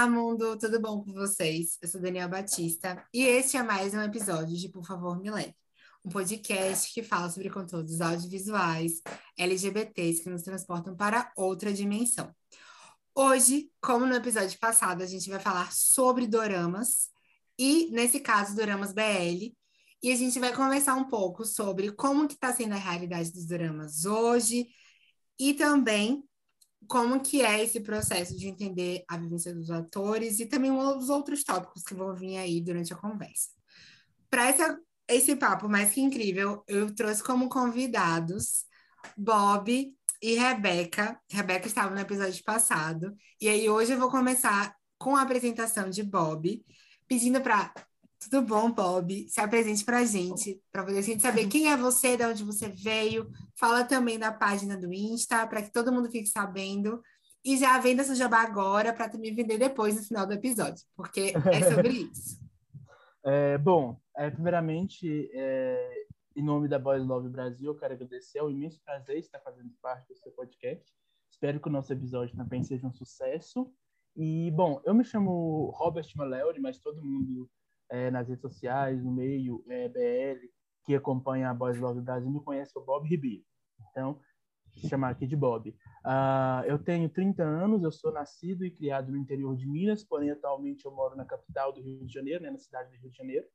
Olá, mundo, tudo bom com vocês? Eu sou Daniela Batista e este é mais um episódio de Por Favor Me Leve, um podcast que fala sobre conteúdos audiovisuais LGBTs que nos transportam para outra dimensão. Hoje, como no episódio passado, a gente vai falar sobre doramas e, nesse caso, doramas BL, e a gente vai conversar um pouco sobre como que está sendo a realidade dos doramas hoje e também como que é esse processo de entender a vivência dos atores e também os outros tópicos que vão vir aí durante a conversa. Para esse papo mais que incrível, eu trouxe como convidados Bob e Rebeca. Rebeca estava no episódio passado. E aí hoje eu vou começar com a apresentação de Bob, pedindo para... Tudo bom, Bob? Se apresente para a gente poder a gente saber quem é você, de onde você veio. Fala também da página do Insta, para que todo mundo fique sabendo. E já venda seu jabá agora, para tu me vender depois, no final do episódio, porque é sobre isso. Primeiramente, em nome da Boys Love Brasil, eu quero agradecer. É um imenso prazer estar fazendo parte do seu podcast. Espero que o nosso episódio também seja um sucesso. E, bom, eu me chamo Robert Malleuri, mas todo mundo nas redes sociais, no meio BL, que acompanha a Boys Love Brasil, me conhece como Bob Ribeiro. Então, vou chamar aqui de Bob. Eu tenho 30 anos, eu sou nascido e criado no interior de Minas, porém atualmente eu moro na capital do Rio de Janeiro, na cidade do Rio de Janeiro.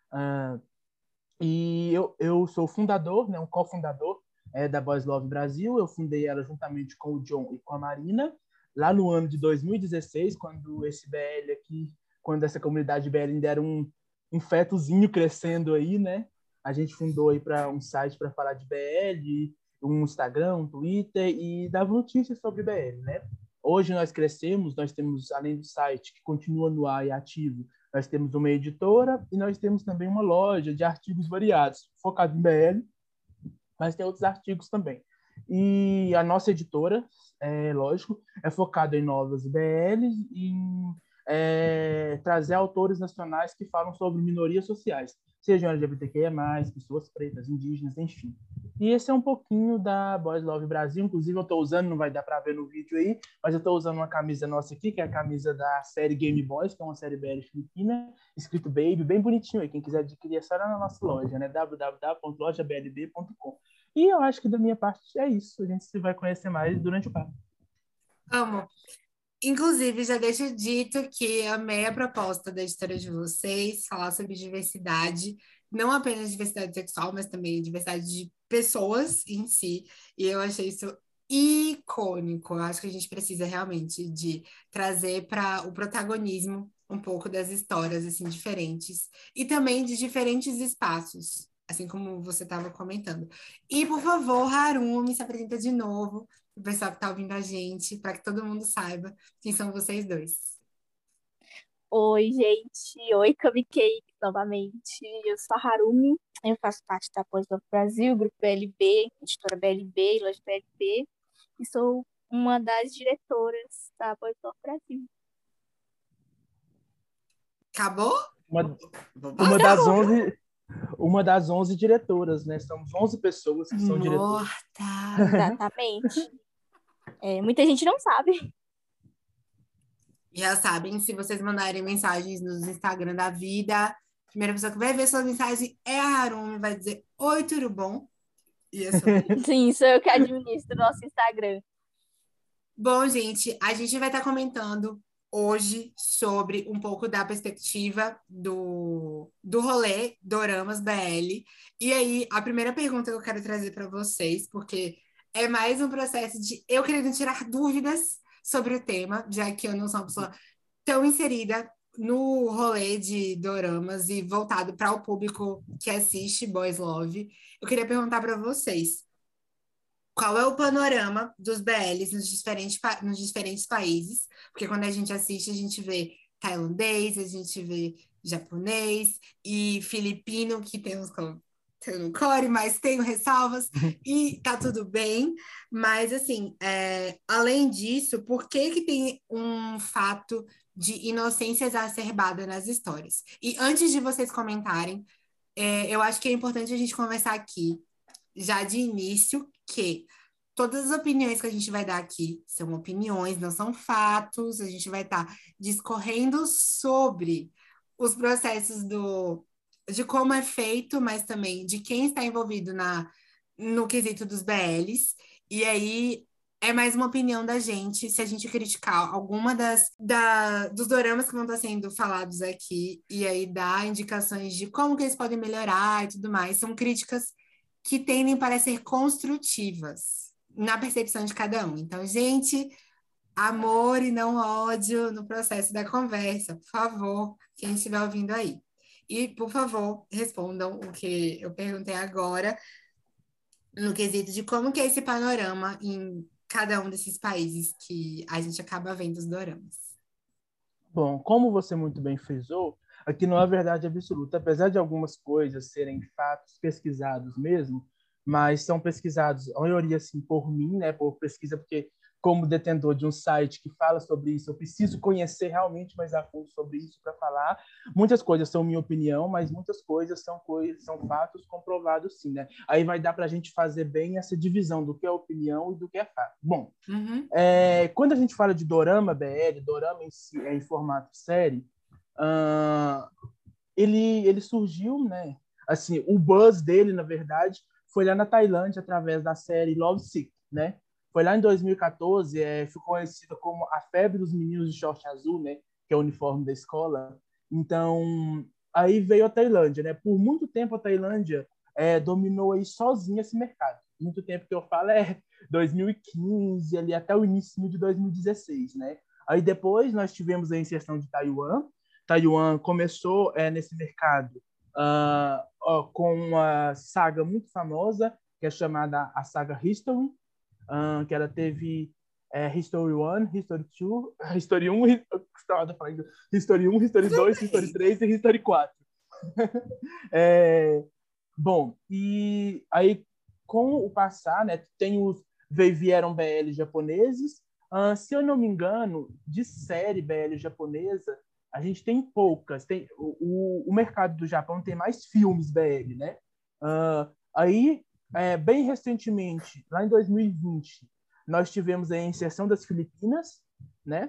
E eu sou fundador, um cofundador da Boys Love Brasil. Eu fundei ela juntamente com o John e com a Marina, lá no ano de 2016, quando essa comunidade BL ainda era um fetozinho crescendo aí, né? A gente fundou aí para um site para falar de BL, um Instagram, um Twitter, e dava notícias sobre BL, né? Hoje nós crescemos, nós temos, além do site que continua no ar e ativo, nós temos uma editora e nós temos também uma loja de artigos variados, focado em BL, mas tem outros artigos também. E a nossa editora, lógico, é focada em novas BLs e em trazer autores nacionais que falam sobre minorias sociais, sejam LGBTQIA+, pessoas pretas, indígenas, enfim. E esse é um pouquinho da Boys Love Brasil. Inclusive, eu estou usando, não vai dar para ver no vídeo aí, mas eu estou usando uma camisa nossa aqui, que é a camisa da série Game Boys, que é uma série BL filipina, escrito Baby, bem bonitinho aí. Quem quiser adquirir é só lá na nossa loja, né? www.lojablb.com. E eu acho que da minha parte é isso. A gente se vai conhecer mais durante o papo. Amo. Inclusive, já deixo dito que amei a proposta da editora de vocês, falar sobre diversidade, não apenas diversidade sexual, mas também diversidade de pessoas em si. E eu achei isso icônico. Eu acho que a gente precisa realmente de trazer para o protagonismo um pouco das histórias assim diferentes e também de diferentes espaços, assim como você estava comentando. E, por favor, Harumi, se apresenta de novo o pessoal que está ouvindo a gente, para que todo mundo saiba quem são vocês dois. Oi, gente. Oi, Cupcake, novamente. Eu sou a Harumi, eu faço parte da Boys Love Brasil, Grupo BLB, editora BLB, loja BLB, e sou uma das diretoras da Boys Love Brasil. Acabou? Uma das 11 diretoras, né? Somos 11 pessoas que são diretoras. Exatamente. Muita gente não sabe. Já sabem, se vocês mandarem mensagens nos Instagram da vida, a primeira pessoa que vai ver sua mensagem é a Harumi, vai dizer, oi, tudo bom? E é sobre isso. Sim, sou eu que administro o nosso Instagram. Bom, gente, a gente vai estar comentando hoje sobre um pouco da perspectiva do rolê Doramas BL. E aí, a primeira pergunta que eu quero trazer para vocês, porque é mais um processo de eu querendo tirar dúvidas sobre o tema, já que eu não sou uma pessoa tão inserida no rolê de doramas e voltado para o público que assiste Boys Love. Eu queria perguntar para vocês, qual é o panorama dos BLs nos diferentes países? Porque quando a gente assiste, a gente vê tailandês, a gente vê japonês e filipino, que temos como no core, mas tenho ressalvas, e tá tudo bem. Mas, assim, além disso, por que tem um fato de inocência exacerbada nas histórias? E antes de vocês comentarem, eu acho que é importante a gente conversar aqui, já de início, que todas as opiniões que a gente vai dar aqui são opiniões, não são fatos. A gente vai estar discorrendo sobre os processos de como é feito, mas também de quem está envolvido no quesito dos BLs. E aí é mais uma opinião da gente, se a gente criticar alguma dos doramas que vão estar sendo falados aqui, e aí dar indicações de como que eles podem melhorar e tudo mais. São críticas que tendem para ser construtivas na percepção de cada um. Então, gente, amor e não ódio no processo da conversa, por favor, quem estiver ouvindo aí. E, por favor, respondam o que eu perguntei agora, no quesito de como que é esse panorama em cada um desses países que a gente acaba vendo os doramas. Bom, como você muito bem frisou, aqui não é verdade absoluta, apesar de algumas coisas serem fatos pesquisados mesmo, mas são pesquisados, a maioria assim, por mim, né, por pesquisa, porque como detentor de um site que fala sobre isso, eu preciso conhecer realmente mais a fundo sobre isso para falar. Muitas coisas são minha opinião, mas muitas coisas são fatos comprovados, sim, né? Aí vai dar para a gente fazer bem essa divisão do que é opinião e do que é fato. Bom, quando a gente fala de dorama BL, dorama em si é em formato série, ele surgiu, né? Assim, o buzz dele, na verdade, foi lá na Tailândia através da série Love Sick, né? Foi lá em 2014, ficou conhecida como a febre dos meninos de short azul, né? Que é o uniforme da escola. Então, aí veio a Tailândia, né? Por muito tempo a Tailândia dominou aí sozinha esse mercado. Muito tempo que eu falo 2015, ali até o início de 2016, né? Aí depois nós tivemos a inserção de Taiwan. Taiwan começou nesse mercado com uma saga muito famosa, que é chamada a saga History, que ela teve History 1, History 2, History 1, History 1, History 2, History 3 e History 4. Bom, e aí com o passar, né, vieram BL japoneses. Se eu não me engano, de série BL japonesa, a gente tem poucas. O mercado do Japão tem mais filmes BL, né? Aí, bem recentemente, lá em 2020, nós tivemos a inserção das Filipinas, né?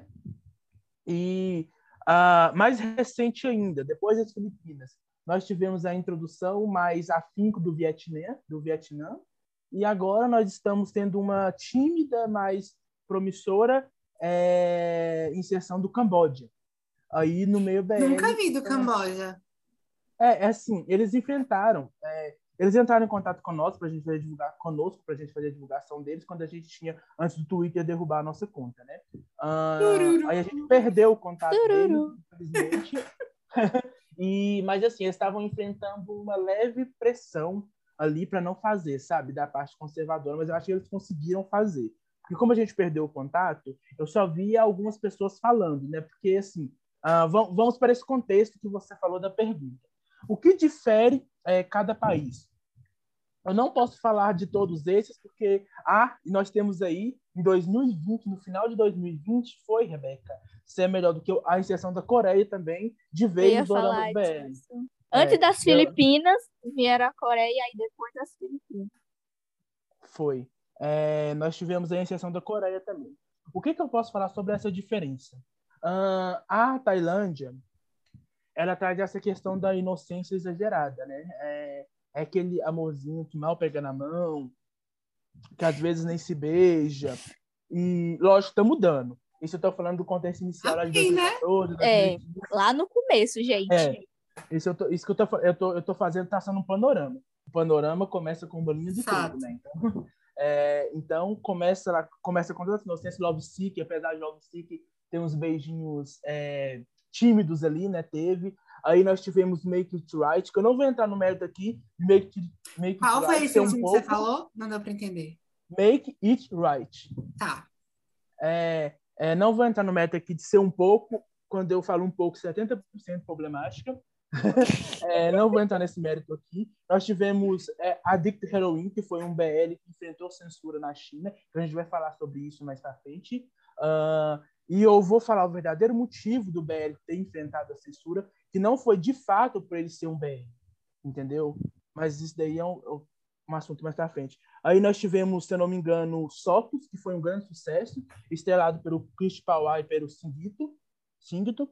E mais recente ainda, depois das Filipinas, nós tivemos a introdução mais afinco do Vietnã, e agora nós estamos tendo uma tímida, mais promissora inserção do Camboja. Aí no meio BL... Nunca vi do Camboja. Assim, eles enfrentaram... eles entraram em contato conosco para a gente fazer a divulgação deles quando a gente tinha, antes do Twitter derrubar a nossa conta, né? Aí a gente perdeu o contato deles, infelizmente. Mas assim, eles estavam enfrentando uma leve pressão ali para não fazer, sabe, da parte conservadora, mas eu acho que eles conseguiram fazer. Porque como a gente perdeu o contato, eu só via algumas pessoas falando, né? Porque assim, vamos para esse contexto que você falou da pergunta. O que difere cada país? Eu não posso falar de todos esses, porque nós temos aí, em 2020, no final de 2020, foi, Rebeca, ser melhor do que a inserção da Coreia também, de vez nos doramas BL. Antes das Filipinas, vieram a Coreia, e depois das Filipinas. Foi. Nós tivemos a inserção da Coreia também. O que eu posso falar sobre essa diferença? A Tailândia, ela traz essa questão da inocência exagerada, né? Aquele amorzinho que mal pega na mão, que às vezes nem se beija. E, lógico, tá mudando. Isso eu tô falando do contexto inicial lá de 2014, né? Lá no começo, gente. Isso que eu tô fazendo, tá sendo um panorama. O panorama começa com bolinha de trigo, né? Então começa com toda essa inocência. Love Sick, apesar de Love Sick ter uns beijinhos tímidos ali, né? Teve. Aí nós tivemos Make It Right, que eu não vou entrar no mérito aqui. Qual foi esse último que você falou? Não deu para entender. Make It Right. Tá. Não vou entrar no mérito aqui de ser um pouco, quando eu falo um pouco, 70% problemática. Não vou entrar nesse mérito aqui. Nós tivemos Addict Heroin, que foi um BL que enfrentou censura na China. Então a gente vai falar sobre isso mais pra frente. E eu vou falar o verdadeiro motivo do BL ter enfrentado a censura, que não foi de fato por ele ser um BL, entendeu? Mas isso daí um assunto mais pra frente. Aí nós tivemos, se eu não me engano, Sotos, que foi um grande sucesso, estrelado pelo Chris Pawai e pelo Singito.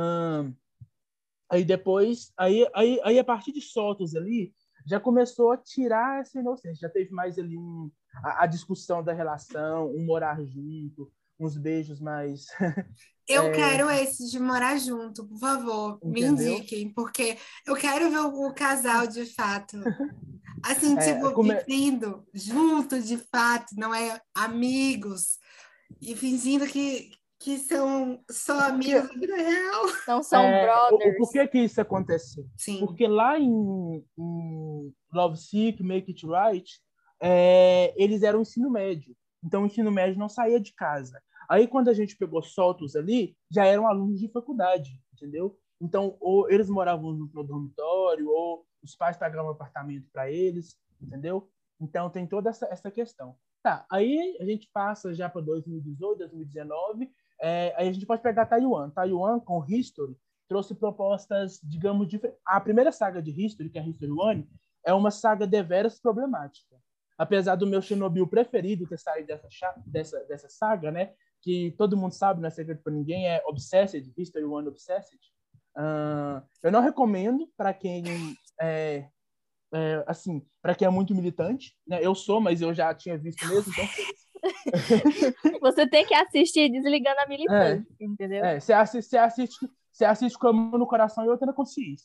Aí depois, aí a partir de Sotos ali, já começou a tirar essa inocência. Já teve mais ali a discussão da relação, um morar junto, uns beijos mais... Eu quero esse de morar junto, por favor, me entendeu? indiquem, porque eu quero ver o casal de fato. Assim, É, tipo, vivendo junto de fato, não é amigos, e fingindo que são só amigos porque da vida real. Não são o brothers. porquê que isso aconteceu? Sim. Porque lá em Love Sick, Make It Right, eles eram ensino médio. Então, o ensino médio não saía de casa. Aí, quando a gente pegou Soltos ali, já eram alunos de faculdade, entendeu? Então, ou eles moravam junto no dormitório, ou os pais pagavam um apartamento para eles, entendeu? Então, tem toda essa questão. Tá, aí a gente passa já para 2018, 2019, aí a gente pode pegar Taiwan. Taiwan, com History, trouxe propostas, digamos, diferentes. A primeira saga de History, que é History One, é uma saga deveras problemática. Apesar do meu Chernobyl preferido ter saído dessa saga, né? Que todo mundo sabe, não é segredo para ninguém, é Obsessed, History One Obsessed. Eu não recomendo para quem assim, para quem é muito militante, né? Eu sou, mas eu já tinha visto mesmo, então Você tem que assistir desligando a militância, entendeu? você assiste com a mão no coração e outra na consciência.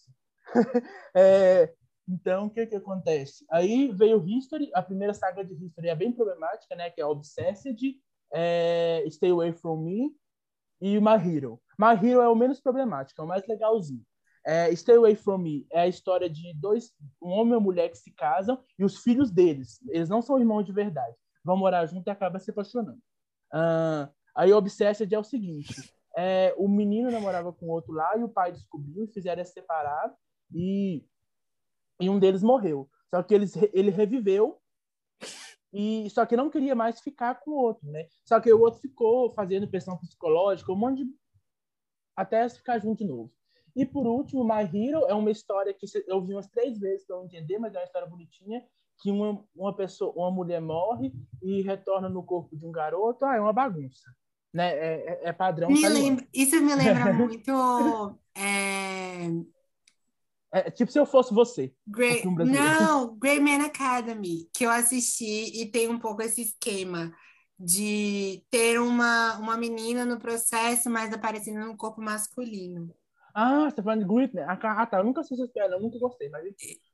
Então, o que acontece? Aí veio History, a primeira saga de History é bem problemática, né? Que é Obsessed, Stay Away From Me e My Hero. My Hero é o menos problemático, é o mais legalzinho. Stay Away From Me é a história de um homem e uma mulher que se casam e os filhos deles, eles não são irmãos de verdade, vão morar junto e acabam se apaixonando. Aí Obsessed é o seguinte, o menino namorava com outro lá e o pai descobriu e fizeram se separar e um deles morreu. Só que ele reviveu e só que não queria mais ficar com o outro, né? Só que o outro ficou fazendo pressão psicológica, um monte de... até ficar junto de novo. E por último, My Hero é uma história que eu vi umas 3 vezes para eu entender, mas é uma história bonitinha, que uma mulher morre e retorna no corpo de um garoto. É uma bagunça, né? É padrão taiwan. Isso me lembra muito Tipo se eu fosse você, um filme brasileiro. Grey Man Academy, que eu assisti e tem um pouco esse esquema de ter uma menina no processo, mas aparecendo no corpo masculino. Você tá falando de Whitney? Tá. Eu nunca assisti esse piada, eu nunca gostei, mas...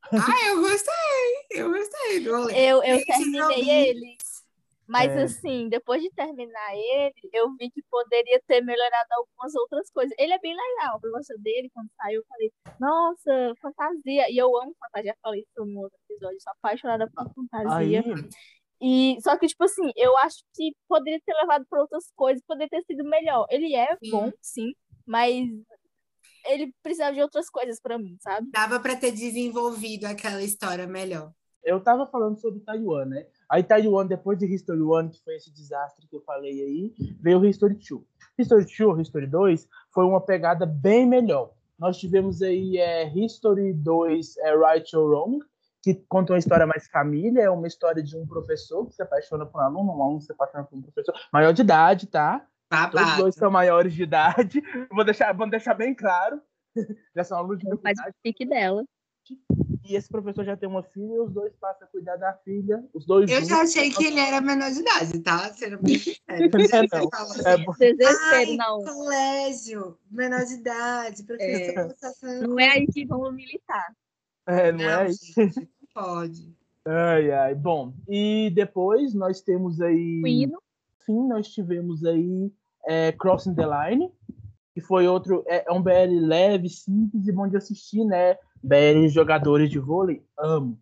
Eu gostei do rolê. Eu Gente, terminei ele, mas assim, depois de terminar ele, eu vi que poderia ter melhorado algumas outras coisas. Ele é bem legal, eu gosto dele. Quando saiu, eu falei, nossa, fantasia. E eu amo fantasia, já falei isso no outro episódio, sou apaixonada por fantasia. Aí, E só que, tipo assim, eu acho que poderia ter levado para outras coisas, poderia ter sido melhor. Ele é bom, sim, sim, mas ele precisava de outras coisas para mim, sabe? dava para ter desenvolvido aquela história melhor. eu tava falando sobre Taiwan, né? Aí Taiwan, depois de History 1, que foi esse desastre que eu falei aí, veio o History 2. History 2, History 2 foi uma pegada bem melhor. Nós tivemos aí History 2, Right or Wrong, que conta uma história mais família, é uma história de um professor que se apaixona por um aluno se apaixona por um professor, maior de idade, tá? Todos os dois Babado. são maiores de idade. Vamos deixar bem claro. Já são alunos de Ela faz o faculdade. pique dela. E esse professor já tem uma filha e os dois passam a cuidar da filha, os dois Eu já juntos. achei que ele era menor de idade, tá? Sendo bem sincero. Do jeito que você Não. falou assim, Desespero, ai, não. colégio, menor de idade, É, professor, tá falando não com... é aí que vamos militar. Não Não, é isso? gente, não pode. Ai. Bom, e depois nós temos O aí... hino, Sim, nós tivemos aí Crossing the Line, que foi outro... É um BL leve, simples e bom de assistir, né? BL jogadores de vôlei, amo.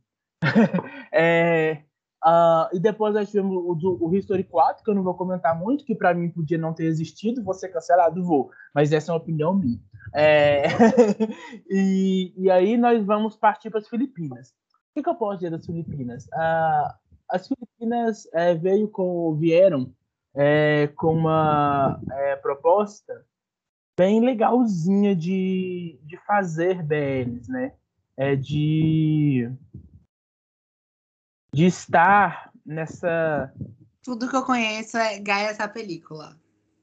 E depois nós tivemos o History 4, que eu não vou comentar muito, que para mim podia não ter existido, vou ser cancelado, vou. Mas essa é uma opinião minha. E aí nós vamos partir para as Filipinas. O que eu posso dizer das Filipinas? As Filipinas vieram com uma proposta bem legalzinha de fazer BLs, né? de estar nessa... Tudo que eu conheço é Gaia essa película.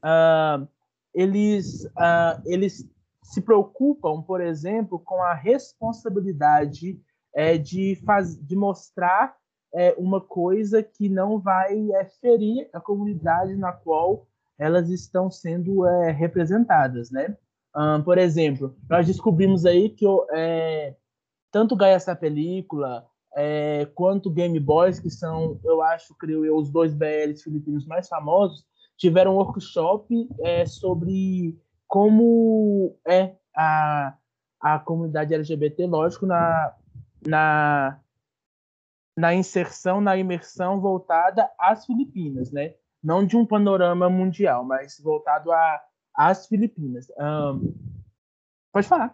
Eles se preocupam, por exemplo, com a responsabilidade de mostrar uma coisa que não vai ferir a comunidade na qual elas estão sendo representadas, né? Por exemplo, nós descobrimos aí que tanto Gaia essa película quanto Game Boys, que são, eu acho, creio eu, os dois BLs filipinos mais famosos, tiveram um workshop sobre como é a comunidade LGBT, lógico, na inserção, na imersão voltada às Filipinas, né? Não de um panorama mundial, mas voltado às Filipinas. Pode falar.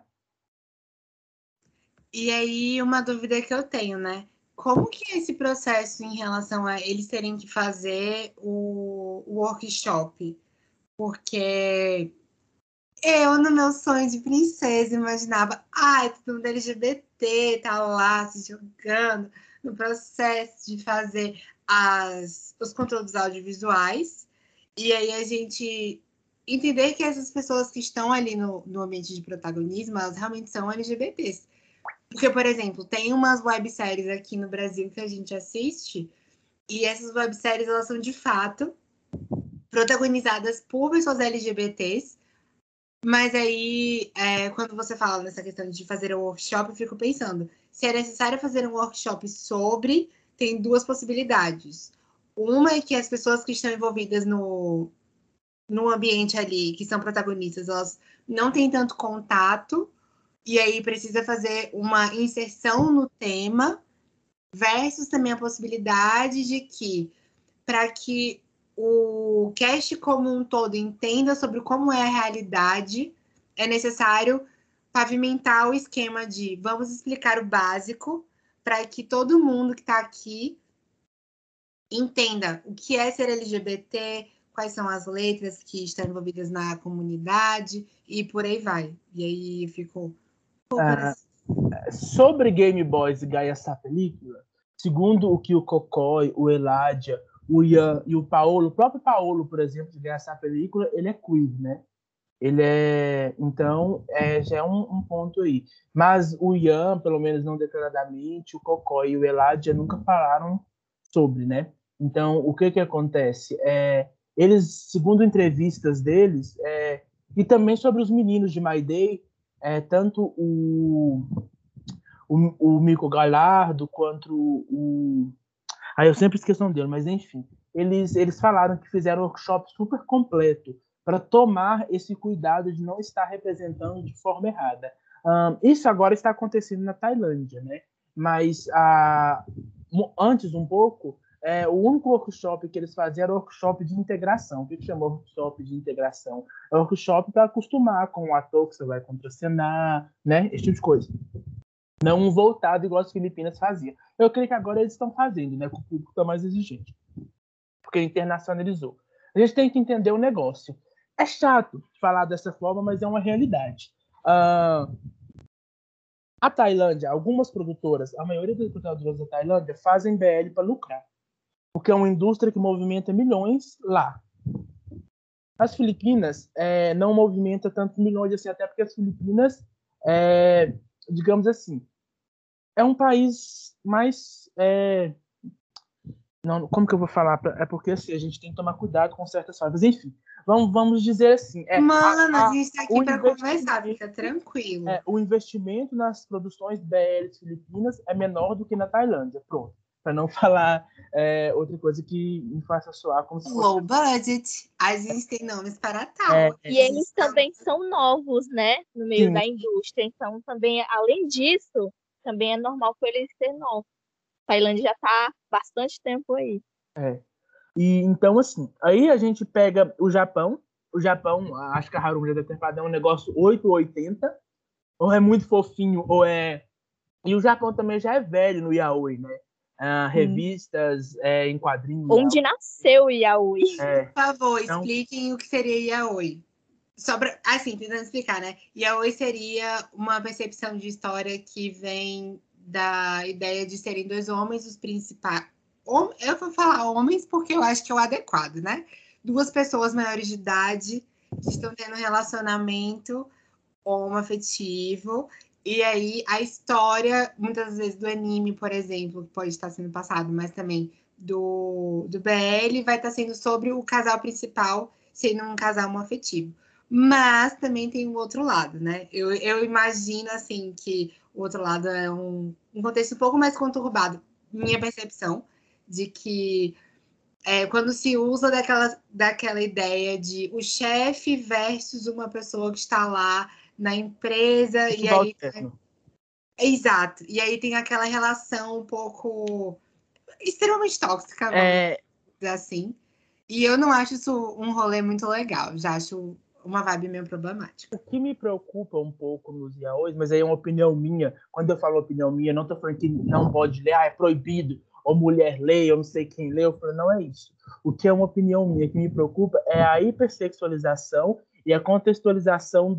E aí, uma dúvida que eu tenho, né? Como que é esse processo em relação a eles terem que fazer o workshop? Porque eu, no meu sonho de princesa, imaginava, todo mundo LGBT, tá lá se jogando no processo de fazer os conteúdos audiovisuais. E aí a gente entender que essas pessoas que estão ali no ambiente de protagonismo, elas realmente são LGBTs. Porque, por exemplo, tem umas webséries aqui no Brasil que a gente assiste, e essas webséries, elas são de fato protagonizadas por pessoas LGBTs, mas aí, quando você fala nessa questão de fazer um workshop, eu fico pensando, se é necessário fazer um workshop sobre, tem duas possibilidades. Uma é que as pessoas que estão envolvidas no ambiente ali, que são protagonistas, elas não têm tanto contato, e aí precisa fazer uma inserção no tema, versus também a possibilidade de que, para que o cast como um todo entenda sobre como é a realidade, é necessário pavimentar o esquema de vamos explicar o básico para que todo mundo que está aqui entenda o que é ser LGBT, quais são as letras que estão envolvidas na comunidade e por aí vai. E aí ficou Sobre Game Boys e Gaia essa película, segundo o que o Cocói, o Eladia, o Ian e o Paolo, o próprio Paolo, por exemplo, de Gaia essa película, ele é queer, né? Ele então, já é um ponto aí. Mas o Ian, pelo menos não declaradamente, o Cocói e o Eladia nunca falaram sobre, né? Então, o que acontece? Eles, segundo entrevistas deles, e também sobre os meninos de My Day, tanto o Mico Gallardo quanto o... eu sempre esqueço o nome dele, mas enfim. Eles falaram que fizeram um workshop super completo para tomar esse cuidado de não estar representando de forma errada. Isso agora está acontecendo na Tailândia, né? Mas antes um pouco, o único workshop que eles faziam era o workshop de integração. O que chama workshop de integração? É um workshop para acostumar com o ator que você vai contracenar, né? Esse tipo de coisa. Não voltado igual as Filipinas faziam. Eu creio que agora eles estão fazendo, né? Com o público está mais exigente. Porque internacionalizou. A gente tem que entender o negócio. É chato falar dessa forma, mas é uma realidade. A Tailândia, algumas produtoras, a maioria das produtoras da Tailândia fazem BL para lucrar. Porque é uma indústria que movimenta milhões lá. As Filipinas não movimenta tantos milhões assim, até porque as Filipinas, digamos assim, é um país mais... Não, como que eu vou falar? É porque assim, a gente tem que tomar cuidado com certas coisas. Enfim, vamos dizer assim. Mano, a gente está aqui para conversar, fica tranquilo. O investimento nas produções BLs filipinas é menor do que na Tailândia. Pronto. Para não falar outra coisa que me faça soar como se fosse... Low budget, a gente tem nomes para tal. E eles também são novos, né? No meio da indústria. Então, também, além disso, também é normal por eles ser novos. A Tailândia já está há bastante tempo aí. E então, assim, aí a gente pega o Japão. O Japão, acho que a Harumi já deve ter falado, é um negócio 880. Ou é muito fofinho, ou é... E o Japão também já é velho no yaoi, né? Revistas em quadrinhos. Onde nasceu o yaoi? Por favor, expliquem o que seria yaoi. Assim, tentando explicar, né? Yaoi seria uma percepção de história que vem da ideia de serem dois homens, os principais, eu vou falar homens porque eu acho que é o adequado, né? 2 pessoas maiores de idade que estão tendo um relacionamento homoafetivo, e aí a história, muitas vezes do anime, por exemplo, que pode estar sendo passado, mas também do BL, vai estar sendo sobre o casal principal sendo um casal homoafetivo. Mas também tem o outro lado, né? Eu imagino, assim, que o outro lado é um contexto um pouco mais conturbado, minha percepção, de que quando se usa daquela ideia de o chefe versus uma pessoa que está lá na empresa, e Futebol aí. externo. Exato. E aí tem aquela relação um pouco extremamente tóxica, vamos dizer assim. E eu não acho isso um rolê muito legal. Já acho uma vibe meio problemática. O que me preocupa um pouco nos yaois, mas aí é uma opinião minha. Quando eu falo opinião minha, não estou falando que não pode ler, é proibido, ou mulher lê, eu não sei quem lê. Eu falo, não é isso. O que é uma opinião minha que me preocupa é a hipersexualização e a contextualização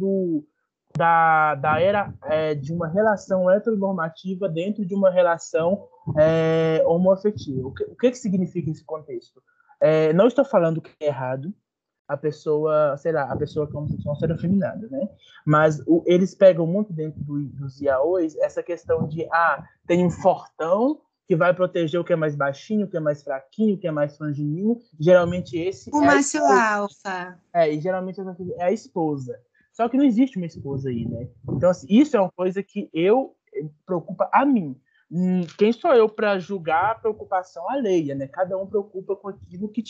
da era de uma relação heteronormativa dentro de uma relação homoafetiva. O que significa esse contexto? Não estou falando que é errado a pessoa, sei lá, a pessoa que é homossexual ser afeminada, né? Mas eles pegam muito dentro dos yaois essa questão de, tem um fortão que vai proteger o que é mais baixinho, o que é mais fraquinho, o que é mais frangininho. Geralmente esse o macho alfa. E geralmente é a esposa. Só que não existe uma esposa aí, né? Então, assim, isso é uma coisa que preocupa a mim. Quem sou eu para julgar a preocupação alheia, né? Cada um preocupa com aquilo que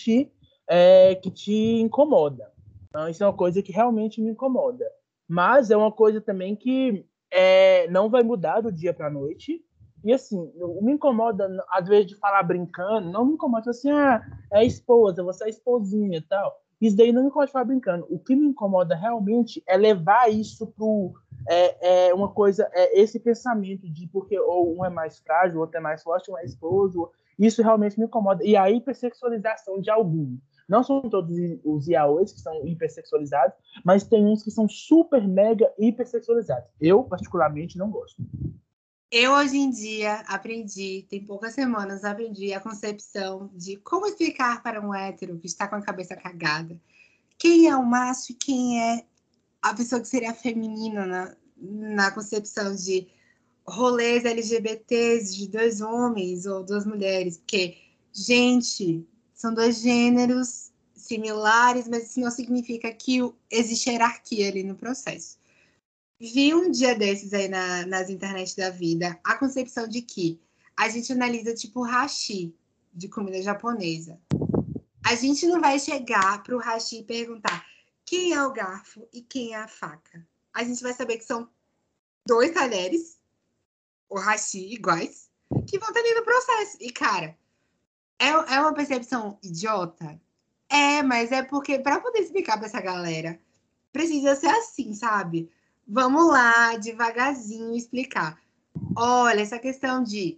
te incomoda. Então, isso é uma coisa que realmente me incomoda. Mas é uma coisa também que não vai mudar do dia para a noite. E assim, me incomoda, às vezes, de falar brincando, não me incomoda assim, é esposa, você é esposinha e tal. Isso daí não me incomoda de falar brincando. O que me incomoda realmente é levar isso para uma coisa, esse pensamento de porque ou um é mais frágil, o outro é mais forte, um é esposo. Isso realmente me incomoda. E a hipersexualização de algum. Não são todos os yaois que são hipersexualizados, mas tem uns que são super, mega hipersexualizados. Eu, particularmente, não gosto. Eu, hoje em dia, aprendi, tem poucas semanas, aprendi a concepção de como explicar para um hétero que está com a cabeça cagada quem é o macho e quem é a pessoa que seria feminina na concepção de rolês LGBTs de 2 homens ou 2 mulheres. Porque, gente, são 2 gêneros similares, mas isso não significa que existe hierarquia ali no processo. Vi um dia desses aí nas internet da vida a concepção de que a gente analisa tipo hashi de comida japonesa. A gente não vai chegar para o hashi e perguntar quem é o garfo e quem é a faca. A gente vai saber que são 2 talheres, o hashi iguais, que vão estar ali no processo. E, cara, é uma percepção idiota? Mas é porque para poder explicar para essa galera, precisa ser assim, sabe? Vamos lá, devagarzinho, explicar. Olha, essa questão de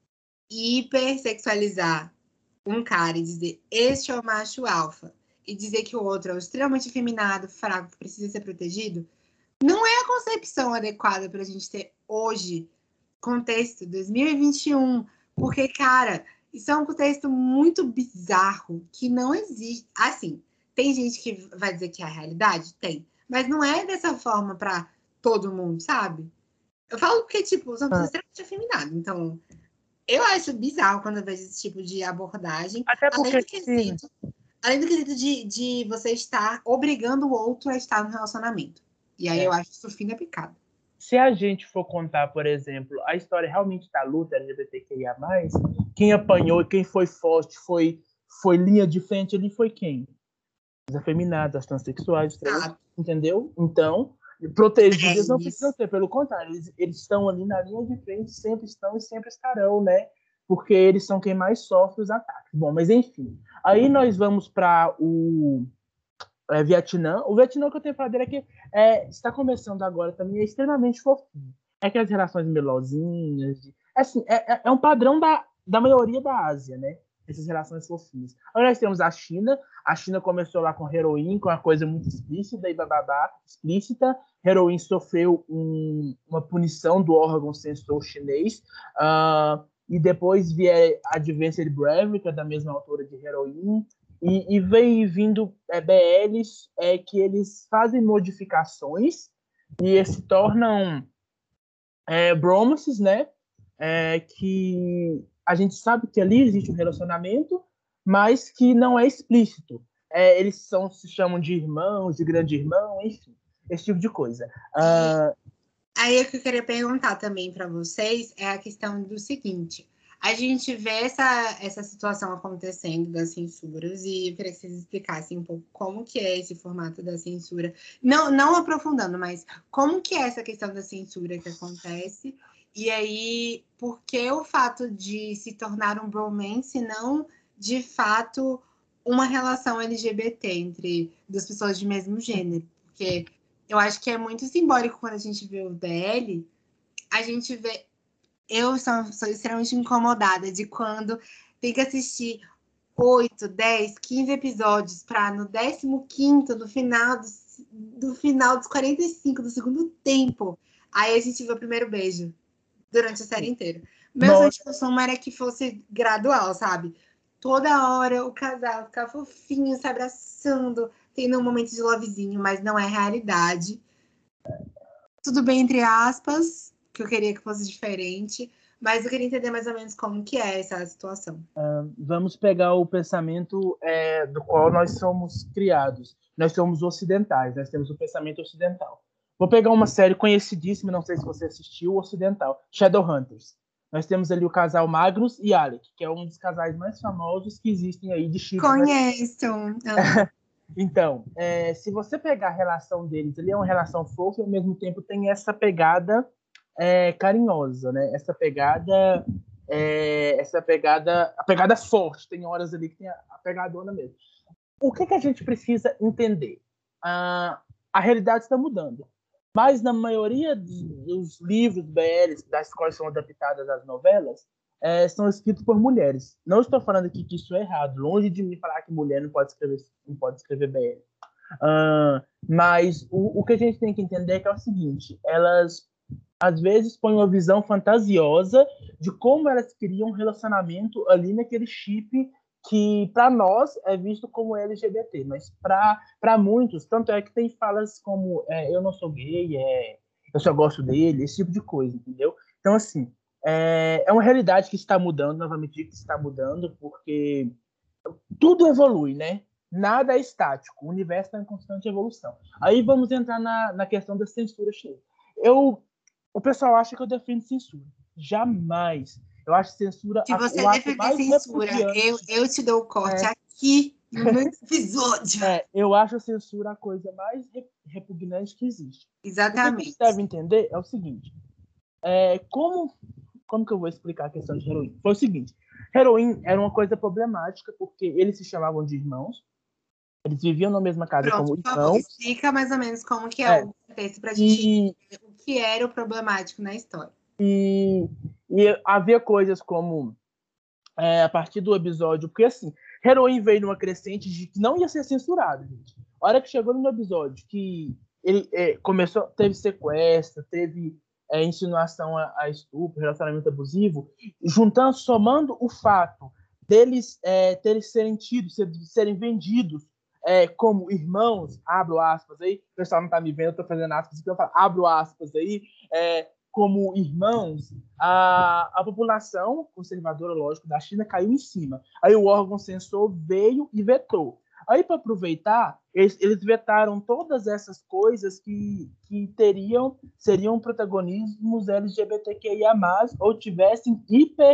hipersexualizar um cara e dizer este é o macho alfa e dizer que o outro é o extremamente efeminado, fraco, que precisa ser protegido, não é a concepção adequada para a gente ter hoje, contexto 2021, porque, cara, isso é um contexto muito bizarro que não existe. Assim, tem gente que vai dizer que é a realidade? Tem. Mas não é dessa forma para todo mundo, sabe? Eu falo porque, tipo, são pessoas extremamente afeminadas. Então, eu acho bizarro quando eu vejo esse tipo de abordagem. Até Além porque, do quesito, além do quesito de você estar obrigando o outro a estar no relacionamento. E aí eu acho isso fim da picada. Se a gente for contar, por exemplo, a história realmente da luta LGBTQIA+, quem apanhou e quem foi forte, foi linha de frente, ali foi quem? Os afeminados, as transexuais, entendeu? Então, protegidas não precisam ser, pelo contrário, eles estão ali na linha de frente, sempre estão e sempre estarão, né? Porque eles são quem mais sofre os ataques. Bom, mas enfim. Aí nós vamos para o Vietnã. O Vietnã, que eu tenho falado dele é que está começando agora também, é extremamente fofinho. É aquelas relações melosinhas. Assim, é um padrão da maioria da Ásia, né? Essas relações fofinhas. Aí nós temos a China. A China começou lá com heroína, com uma coisa muito explícita e bababá, explícita. Heroína sofreu uma punição do órgão censor chinês. e depois vier Advanced Bravery, que é da mesma autora de Heroine, e vem vindo BLs que eles fazem modificações e se tornam bromances, né? Que a gente sabe que ali existe um relacionamento, mas que não é explícito. Eles se chamam de irmãos, de grande irmão, enfim, esse tipo de coisa. Aí o que eu queria perguntar também para vocês é a questão do seguinte: a gente vê essa situação acontecendo das censuras e eu queria que vocês explicassem um pouco como que é esse formato da censura, não aprofundando, mas como que é essa questão da censura que acontece, e aí por que o fato de se tornar um bromance não, de fato, uma relação LGBT entre duas pessoas de mesmo gênero, porque eu acho que é muito simbólico quando a gente vê o BL, a gente vê. Eu sou extremamente incomodada de quando tem que assistir 8, 10, 15 episódios para no 15º, do final dos 45 do segundo tempo, aí a gente vê o primeiro beijo durante a série inteira. Meu sonho de consumo era que fosse gradual, sabe? Toda hora o casal ficar fofinho, se abraçando, tendo um momento de lovezinho, mas não é realidade. Tudo bem, entre aspas, que eu queria que fosse diferente, mas eu queria entender mais ou menos como que é essa situação. Vamos pegar o pensamento do qual nós somos criados. Nós somos ocidentais, nós temos o pensamento ocidental. Vou pegar uma série conhecidíssima, não sei se você assistiu, ocidental, Shadowhunters. Nós temos ali o casal Magnus e Alec, que é um dos casais mais famosos que existem aí de chip. Conheço! Então, se você pegar a relação deles, ele é uma relação fofa e ao mesmo tempo tem essa pegada carinhosa, né? Essa pegada a pegada forte. Tem horas ali que tem a pegadona mesmo. O que a gente precisa entender? A realidade está mudando. Mas na maioria dos livros BLs, das quais são adaptadas as novelas, são escritos por mulheres. Não estou falando aqui que isso é errado. Longe de mim falar que mulher não pode escrever BL. Mas o que a gente tem que entender é que é o seguinte: elas às vezes põem uma visão fantasiosa de como elas criam um relacionamento ali naquele chip que para nós é visto como LGBT, mas para muitos, tanto é que tem falas como eu não sou gay, eu só gosto dele, esse tipo de coisa, entendeu? Então, assim, é uma realidade que está mudando, novamente digo que está mudando, porque tudo evolui, né? Nada é estático, o universo está em constante evolução. Aí vamos entrar na questão da censura chinesa. O pessoal acha que eu defendo censura. Jamais. Eu acho censura Se você defender censura, eu te dou o corte aqui no episódio. Eu acho a censura a coisa mais repugnante que existe. Exatamente. O que você deve entender é o seguinte: como que eu vou explicar a questão de Heroine? Foi o seguinte: Heroine era uma coisa problemática porque eles se chamavam de irmãos, eles viviam na mesma casa como irmãos. Por favor, explica mais ou menos como que é o contexto pra gente entender o que era o problemático na história. E havia coisas como a partir do episódio, porque assim, Heroine veio numa crescente de que não ia ser censurado, gente. A hora que chegou no episódio que ele teve sequestro, teve insinuação a estupro, relacionamento abusivo, somando o fato deles serem vendidos como irmãos, abro aspas aí, o pessoal não tá me vendo, eu tô fazendo aspas, então eu falo, abro aspas aí, como irmãos, a população conservadora, lógico, da China caiu em cima. Aí o órgão censor veio e vetou. Aí, para aproveitar, eles vetaram todas essas coisas que seriam protagonismos LGBTQIA+, ou tivessem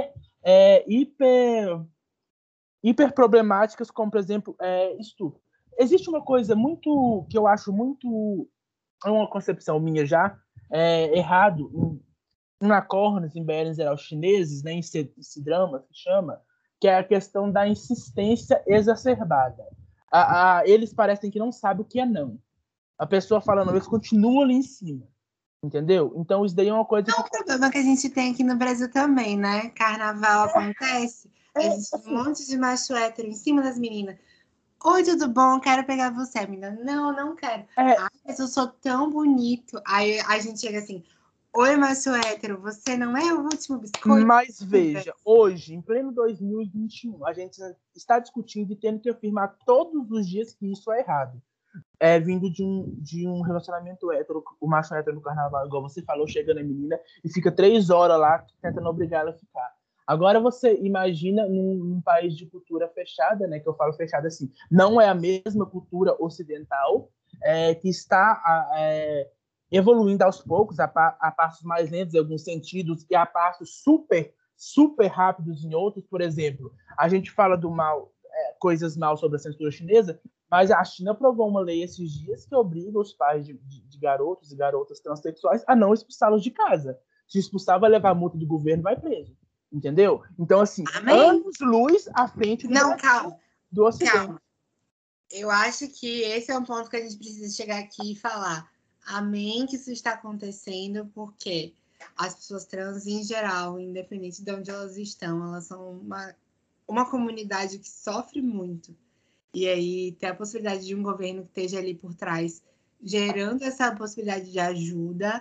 hiper problemáticas, como, por exemplo, estupro. Existe uma coisa que eu acho muito... É uma concepção minha já, errado em acordes, em BL em geral chineses, né, em C-drama se chama, que é a questão da insistência exacerbada. Eles parecem que não sabem o que é não. A pessoa falando, eles continuam ali em cima. Entendeu? Então isso daí é uma coisa... É um problema que a gente tem aqui no Brasil também, né? Carnaval acontece, existe um monte de macho hétero em cima das meninas. Oi, tudo bom? Quero pegar você, menina. Não quero. Mas eu sou tão bonito. Aí a gente chega assim, Oi, macho hétero, você não é o último biscoito? Mas veja, hoje, em pleno 2021, a gente está discutindo e tendo que afirmar todos os dias que isso é errado. Vindo de um relacionamento hétero, o macho hétero no carnaval, igual você falou, chega na menina e fica 3 horas lá tentando obrigar ela a ficar. Agora você imagina num país de cultura fechada, né, que eu falo fechada assim, não é a mesma cultura ocidental, que está evoluindo aos poucos, a passos mais lentos em alguns sentidos e a passos super, super rápidos em outros. Por exemplo, a gente fala do mal, coisas mal sobre a censura chinesa, mas a China aprovou uma lei esses dias que obriga os pais de garotos e garotas transexuais a não expulsá-los de casa. Se expulsar, vai levar multa do governo, vai preso. Entendeu? Então, assim, Amém? anos-luz à frente do Não, Brasil, calma, do Ocidente. calma. Eu acho que esse é um ponto que a gente precisa chegar aqui e falar. Amém que isso está acontecendo, porque as pessoas trans, em geral, independente de onde elas estão, elas são uma comunidade que sofre muito. E aí, ter a possibilidade de um governo que esteja ali por trás, gerando essa possibilidade de ajuda.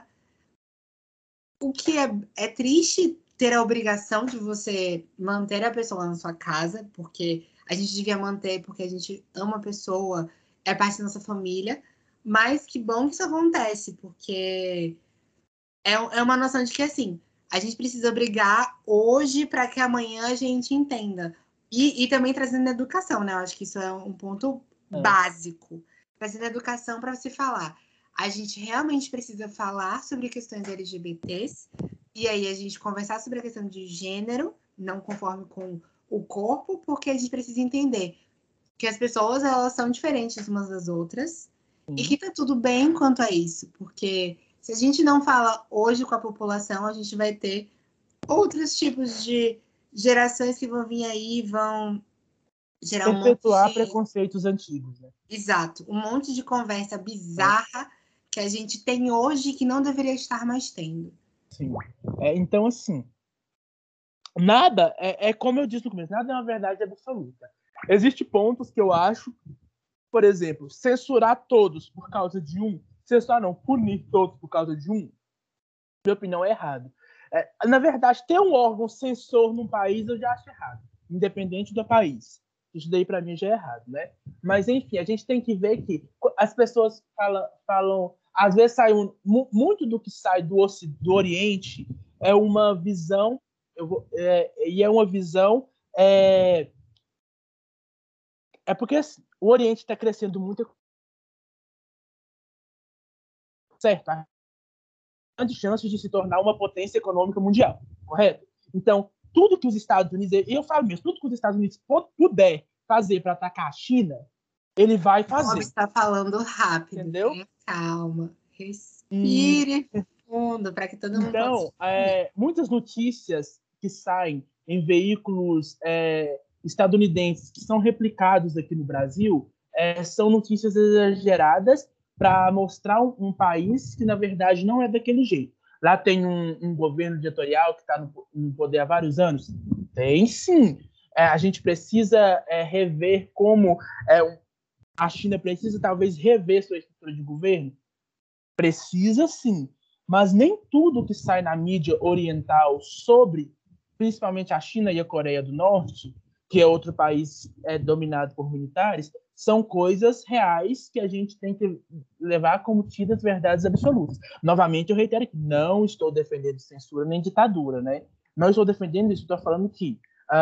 O que é triste ter a obrigação de você manter a pessoa na sua casa, porque a gente devia manter, porque a gente ama a pessoa, é parte da nossa família, mas que bom que isso acontece, porque é uma noção de que, assim, a gente precisa brigar hoje para que amanhã a gente entenda. E também trazendo educação, né? Eu acho que isso é um ponto básico. Trazendo educação para se falar. A gente realmente precisa falar sobre questões LGBTs, e aí a gente conversar sobre a questão de gênero, não conforme com o corpo, porque a gente precisa entender que as pessoas, elas são diferentes umas das outras, e que tá tudo bem quanto a isso, porque se a gente não fala hoje com a população, a gente vai ter outros tipos de gerações que vão vir aí, vão gerar um monte Perpetuar de... preconceitos antigos, né? Exato, um monte de conversa bizarra que a gente tem hoje que não deveria estar mais tendo. Sim. Então, assim, nada, como eu disse no começo, nada é uma verdade absoluta. Existem pontos que eu acho, por exemplo, censurar todos por causa de um, censurar não, punir todos por causa de um, minha opinião, é errado. Na verdade, ter um órgão censor num país eu já acho errado, independente do país. Isso daí, para mim, já é errado, né? Mas, enfim, a gente tem que ver que as pessoas falam às vezes sai muito do que sai do Oriente é uma visão, e é uma visão, porque assim, o Oriente está crescendo muito, certo? Há grandes chances de se tornar uma potência econômica mundial, correto? Então, tudo que os Estados Unidos, e eu falo mesmo, tudo que os Estados Unidos puder fazer para atacar a China, ele vai fazer. Bob está falando rápido, entendeu? Tenha calma, respire fundo para que todo mundo então, possa... muitas notícias que saem em veículos estadunidenses que são replicados aqui no Brasil são notícias exageradas para mostrar um país que, na verdade, não é daquele jeito. Lá tem um governo ditatorial que está no poder há vários anos? Tem sim. A gente precisa rever como a China precisa, talvez, rever sua estrutura de governo? Precisa sim. Mas nem tudo que sai na mídia oriental sobre, principalmente a China e a Coreia do Norte, que é outro país dominado por militares, são coisas reais que a gente tem que levar como tidas verdades absolutas. Novamente, eu reitero que não estou defendendo censura nem ditadura, né? Não estou defendendo isso, estou falando que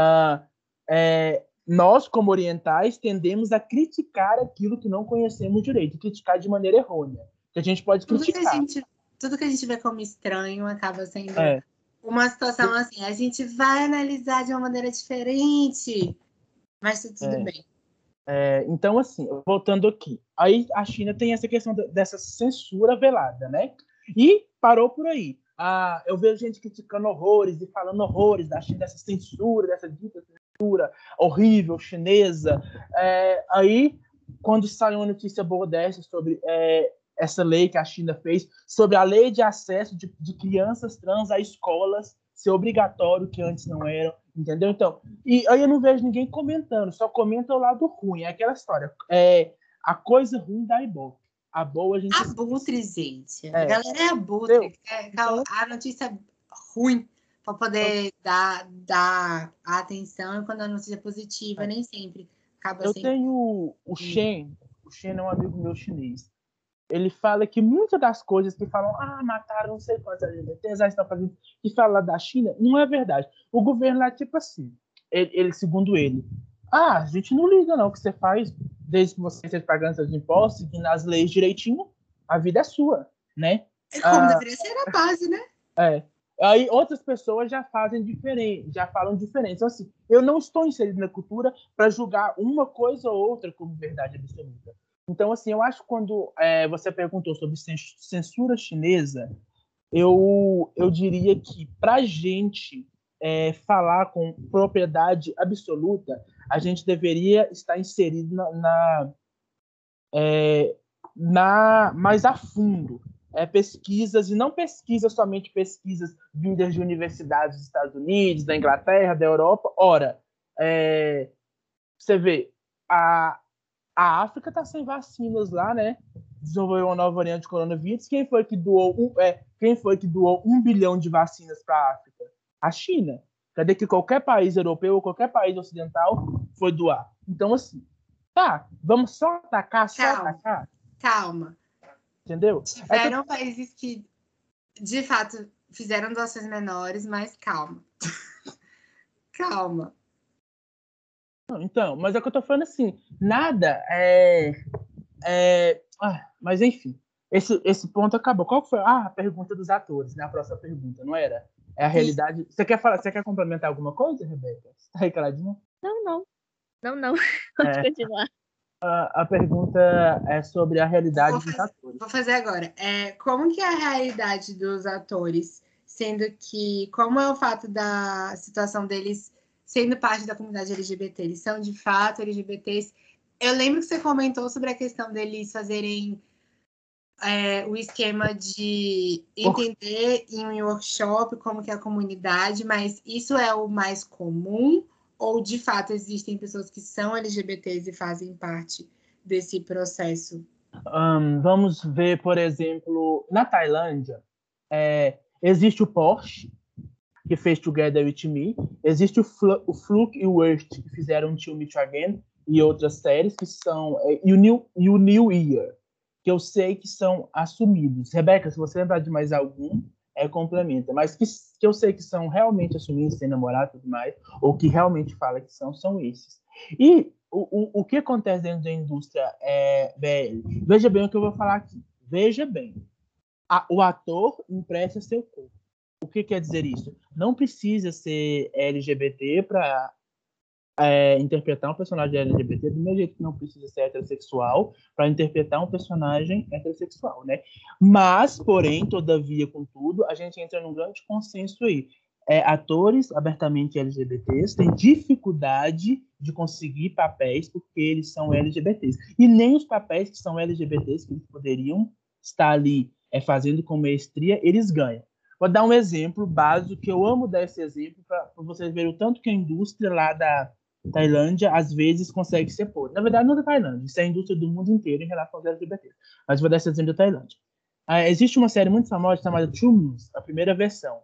nós, como orientais, tendemos a criticar aquilo que não conhecemos direito, criticar de maneira errônea. Que a gente pode criticar. Tudo que a gente vê como estranho acaba sendo uma situação assim. A gente vai analisar de uma maneira diferente, mas tá tudo bem. Então, assim, voltando aqui. Aí a China tem essa questão dessa censura velada, né? E parou por aí. Eu vejo gente criticando horrores e falando horrores da China, dessa censura, dessa dita censura horrível chinesa. Aí, quando sai uma notícia boa dessa sobre essa lei que a China fez, sobre a lei de acesso de crianças trans a escolas ser obrigatório, que antes não era, entendeu? Então, e aí eu não vejo ninguém comentando, só comenta o lado ruim, é aquela história, a coisa ruim dá ibope. a boa a gente... Abutre, gente. A galera é abutre. A notícia ruim para poder dar a atenção, e quando a notícia é positiva, nem sempre acaba Eu sendo... tenho o Shen é um amigo meu chinês. Ele fala que muitas das coisas que falam, mataram não sei quantos LGBTs, estão fazendo, que fala da China, não é verdade. O governo lá, tipo assim, ele segundo ele, a gente não liga não o que você faz, desde que você esteja pagando seus impostos, seguindo as leis direitinho, a vida é sua, né? Como deveria ser a base, né? Aí outras pessoas já fazem diferente, já falam diferente. Então, assim, eu não estou inserido na cultura para julgar uma coisa ou outra como verdade absoluta. Então, assim, eu acho que quando você perguntou sobre censura chinesa, eu diria que para a gente falar com propriedade absoluta, a gente deveria estar inserido mais a fundo. Pesquisas, e não pesquisas somente pesquisas vindas de universidades dos Estados Unidos, da Inglaterra, da Europa. Ora, você vê, a África está sem vacinas lá, né? Desenvolveu uma nova variante de coronavírus. Quem foi que doou 1 bilhão de vacinas para a África? A China. Cadê que qualquer país europeu ou qualquer país ocidental foi doar? Então, assim, vamos só atacar, Calma. Entendeu? Tiveram países que, de fato, fizeram doações menores, mas calma. Calma. Então, mas é que eu tô falando assim, nada mas enfim, esse ponto acabou. Qual foi a pergunta dos atores, né? A próxima pergunta, não era? É a realidade. Você quer complementar alguma coisa, Rebeca? Você tá aí caladinha? Não. Pode continuar. A pergunta é sobre a realidade dos atores. Vou fazer agora. Como que é a realidade dos atores, sendo que, como é o fato da situação deles sendo parte da comunidade LGBT? Eles são, de fato, LGBTs. Eu lembro que você comentou sobre a questão deles fazerem o esquema de entender em um workshop como que é a comunidade, mas isso é o mais comum? Ou, de fato, existem pessoas que são LGBTs e fazem parte desse processo? Vamos ver, por exemplo, na Tailândia, existe o Porsche, que fez Together With Me, existe o Fluke e o Worst, que fizeram Till Meet Again, e outras séries, que são e o New Year, que eu sei que são assumidos. Rebeca, se você lembrar de mais algum, complementa. Mas que eu sei que são realmente assumidos, sem namorado e tudo mais, ou que realmente fala que são esses. E o que acontece dentro da indústria BL? Veja bem o que eu vou falar aqui. Veja bem. O ator empresta seu corpo. O que quer dizer isso? Não precisa ser LGBT para interpretar um personagem LGBT, do mesmo jeito que não precisa ser heterossexual para interpretar um personagem heterossexual, né? Mas, porém, todavia, contudo, a gente entra num grande consenso aí. Atores abertamente LGBTs têm dificuldade de conseguir papéis porque eles são LGBTs. E nem os papéis que são LGBTs, que eles poderiam estar ali fazendo com maestria, eles ganham. Vou dar um exemplo básico, que eu amo dar esse exemplo, para vocês verem o tanto que a indústria lá da Tailândia, às vezes, consegue ser podre. Na verdade, não da Tailândia, isso é a indústria do mundo inteiro em relação aos LGBT. Mas vou dar esse exemplo da Tailândia. Existe uma série muito famosa chamada Two Moons, a primeira versão.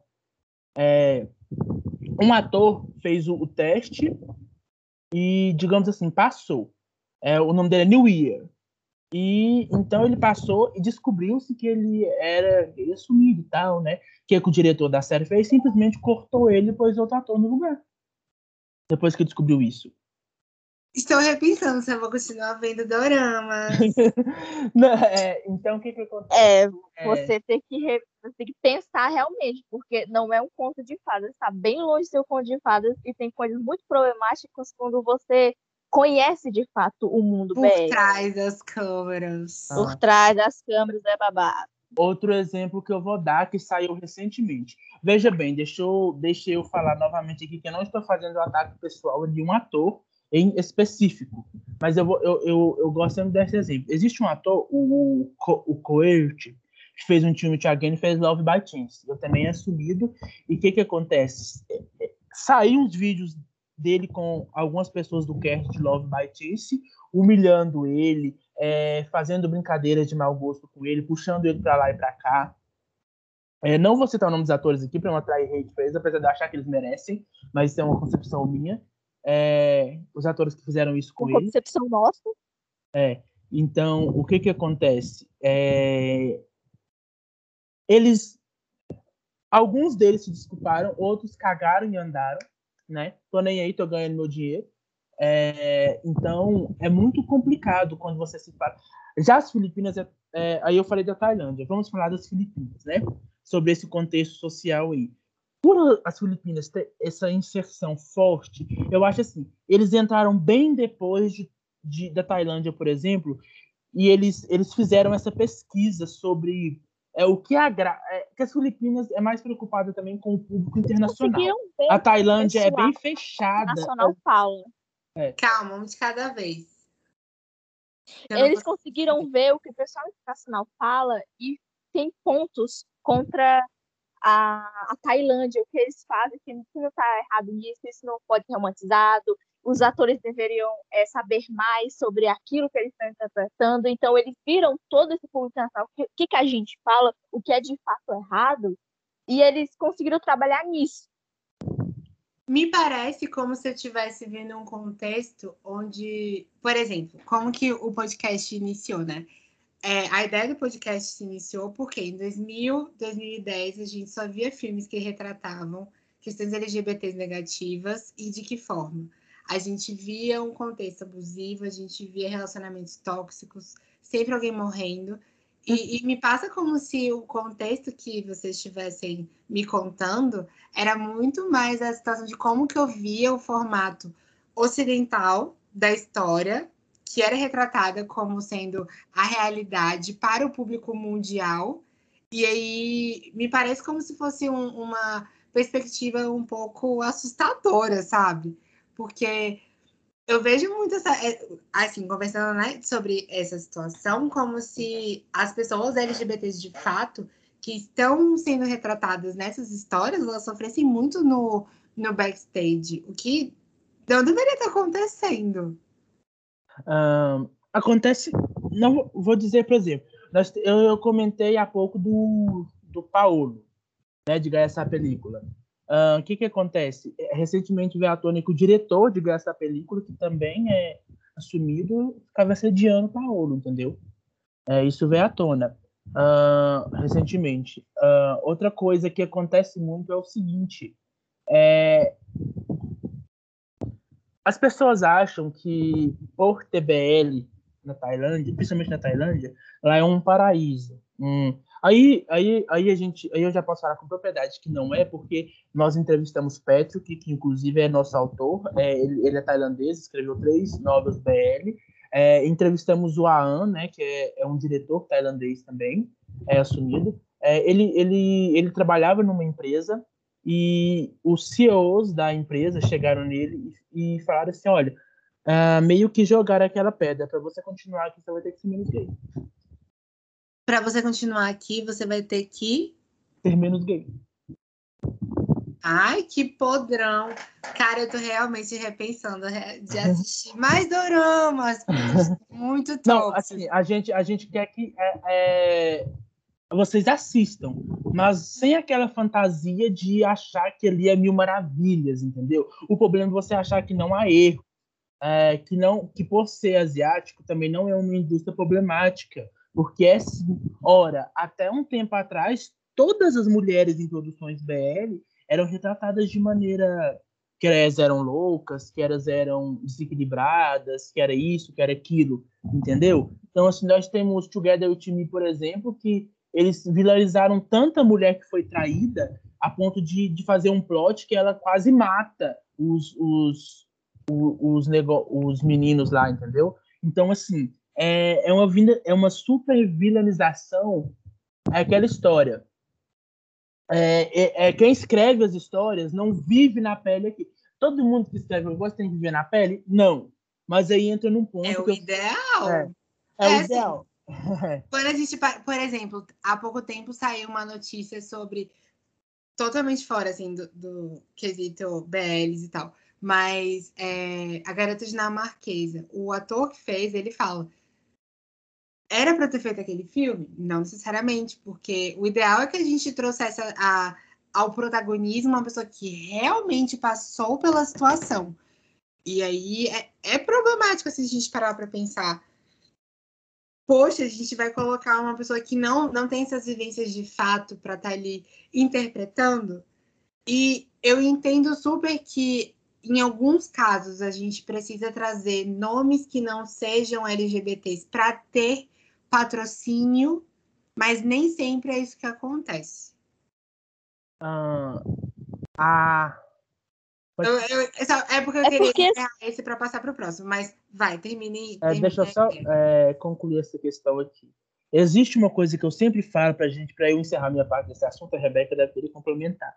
Um ator fez o teste e, digamos assim, passou. O nome dele é New Year. E então ele passou e descobriu-se que ele era assumido e tal, né? Que o diretor da série fez, simplesmente cortou ele e pôs outro ator no lugar. Depois que descobriu isso. Estou repensando se eu vou continuar vendo doramas. Então, o que acontece? Você tem que pensar realmente, porque não é um conto de fadas, está bem longe de ser um conto de fadas e tem coisas muito problemáticas quando você conhece de fato o mundo por trás das câmeras. Por trás das câmeras é babado. Outro exemplo que eu vou dar, que saiu recentemente. Veja bem, deixa eu falar novamente aqui que eu não estou fazendo o ataque pessoal de um ator em específico, mas eu gosto sempre desse exemplo. Existe um ator, o Coert, que fez um filme Again e fez Love by Chance. Eu também assumido. E o que acontece? Saiu uns vídeos dele com algumas pessoas do cast de Love by Chance. humilhando ele, fazendo brincadeiras de mau gosto com ele, puxando ele para lá e para cá. Não vou citar o nome dos atores aqui para não atrair hate pra eles, apesar de eu achar que eles merecem, mas isso é uma concepção minha. Os atores que fizeram isso com Uma ele. concepção nossa. Então, o que acontece? Alguns deles se desculparam, outros cagaram e andaram, né? Tô nem aí, tô ganhando meu dinheiro. Então, é muito complicado quando você se fala. Já as Filipinas, aí eu falei da Tailândia, vamos falar das Filipinas, né? Sobre esse contexto social aí. Por as Filipinas ter essa inserção forte, eu acho assim, eles entraram bem depois da Tailândia, por exemplo, e eles fizeram essa pesquisa sobre o que que as Filipinas é mais preocupada também com o público internacional. A Tailândia é bem fechada. Nacional fala. Calma, um de cada vez. Eles conseguiram ver o que o pessoal internacional fala e tem pontos contra a Tailândia, o que eles fazem, que não está errado nisso, isso não pode ser romantizado, os atores deveriam saber mais sobre aquilo que eles estão interpretando, então eles viram todo esse público internacional, o que a gente fala, o que é de fato errado, e eles conseguiram trabalhar nisso. Me parece como se eu estivesse vendo um contexto onde, por exemplo, como que o podcast iniciou, né? A ideia do podcast se iniciou porque em 2010 a gente só via filmes que retratavam questões LGBTs negativas e de que forma. A gente via um contexto abusivo, a gente via relacionamentos tóxicos, sempre alguém morrendo. E me passa como se o contexto que vocês estivessem me contando era muito mais a situação de como que eu via o formato ocidental da história, que era retratada como sendo a realidade para o público mundial. E aí me parece como se fosse uma perspectiva um pouco assustadora, sabe? Porque eu vejo muito assim, conversando, né, sobre essa situação, como se as pessoas LGBTs de fato que estão sendo retratadas nessas histórias, elas sofressem muito no backstage, o que não deveria estar acontecendo. Acontece, não vou dizer, por exemplo, eu comentei há pouco do Paulo, né, de ganhar essa película. O que acontece? Recentemente veio à tona que o diretor de ganhar essa película, que também é assumido, ficava assediando o Paulo, entendeu? Isso veio à tona recentemente. Outra coisa que acontece muito é o seguinte: as pessoas acham que por TBL na Tailândia, principalmente na Tailândia, lá é um paraíso. Aí eu já posso falar com propriedade que não é, porque nós entrevistamos Petro, que inclusive é nosso autor, ele é tailandês, escreveu 3 novelas BL. Entrevistamos o Aan, né, que é um diretor tailandês também, assumido. Ele trabalhava numa empresa e os CEOs da empresa chegaram nele e falaram assim, olha, meio que jogaram aquela pedra, para você continuar aqui, você vai ter que ser menos gay. Para você continuar aqui, você vai ter que ser menos gay. Ai, que podrão. Cara, eu tô realmente repensando de assistir mais doramas, muito tóxico. Não, assim, a gente quer que vocês assistam, mas sem aquela fantasia de achar que ali é mil maravilhas, entendeu? O problema é você achar que não há erro, que por ser asiático também não é uma indústria problemática, porque ora, até um tempo atrás, todas as mulheres em produções BL eram retratadas de maneira que elas eram loucas, que elas eram desequilibradas, que era isso, que era aquilo, entendeu? Então, assim, nós temos Together With Me, por exemplo, que eles vilanizaram tanta mulher que foi traída a ponto de fazer um plot que ela quase mata os meninos lá, entendeu? Então, assim, é uma super vilanização, aquela história. Quem escreve as histórias não vive na pele aqui. Todo mundo que escreve eu gosto tem que viver na pele? Não. Mas aí entra num ponto. É o ideal. É o ideal. Assim, quando a gente, por exemplo, há pouco tempo saiu uma notícia sobre totalmente fora assim do quesito BLs e tal. Mas A Garota Dinamarquesa, o ator que fez, ele fala: era para ter feito aquele filme? Não necessariamente, porque o ideal é que a gente trouxesse ao protagonismo uma pessoa que realmente passou pela situação. E aí é problemático se a gente parar para pensar. Poxa, a gente vai colocar uma pessoa que não tem essas vivências de fato para estar ali interpretando. E eu entendo super que, em alguns casos, a gente precisa trazer nomes que não sejam LGBTs para ter patrocínio, mas nem sempre é isso que acontece. É porque eu queria encerrar esse para passar para o próximo, mas vai, termine. Deixa eu só concluir essa questão aqui. Existe uma coisa que eu sempre falo para eu encerrar minha parte desse assunto, a Rebeca deve querer complementar.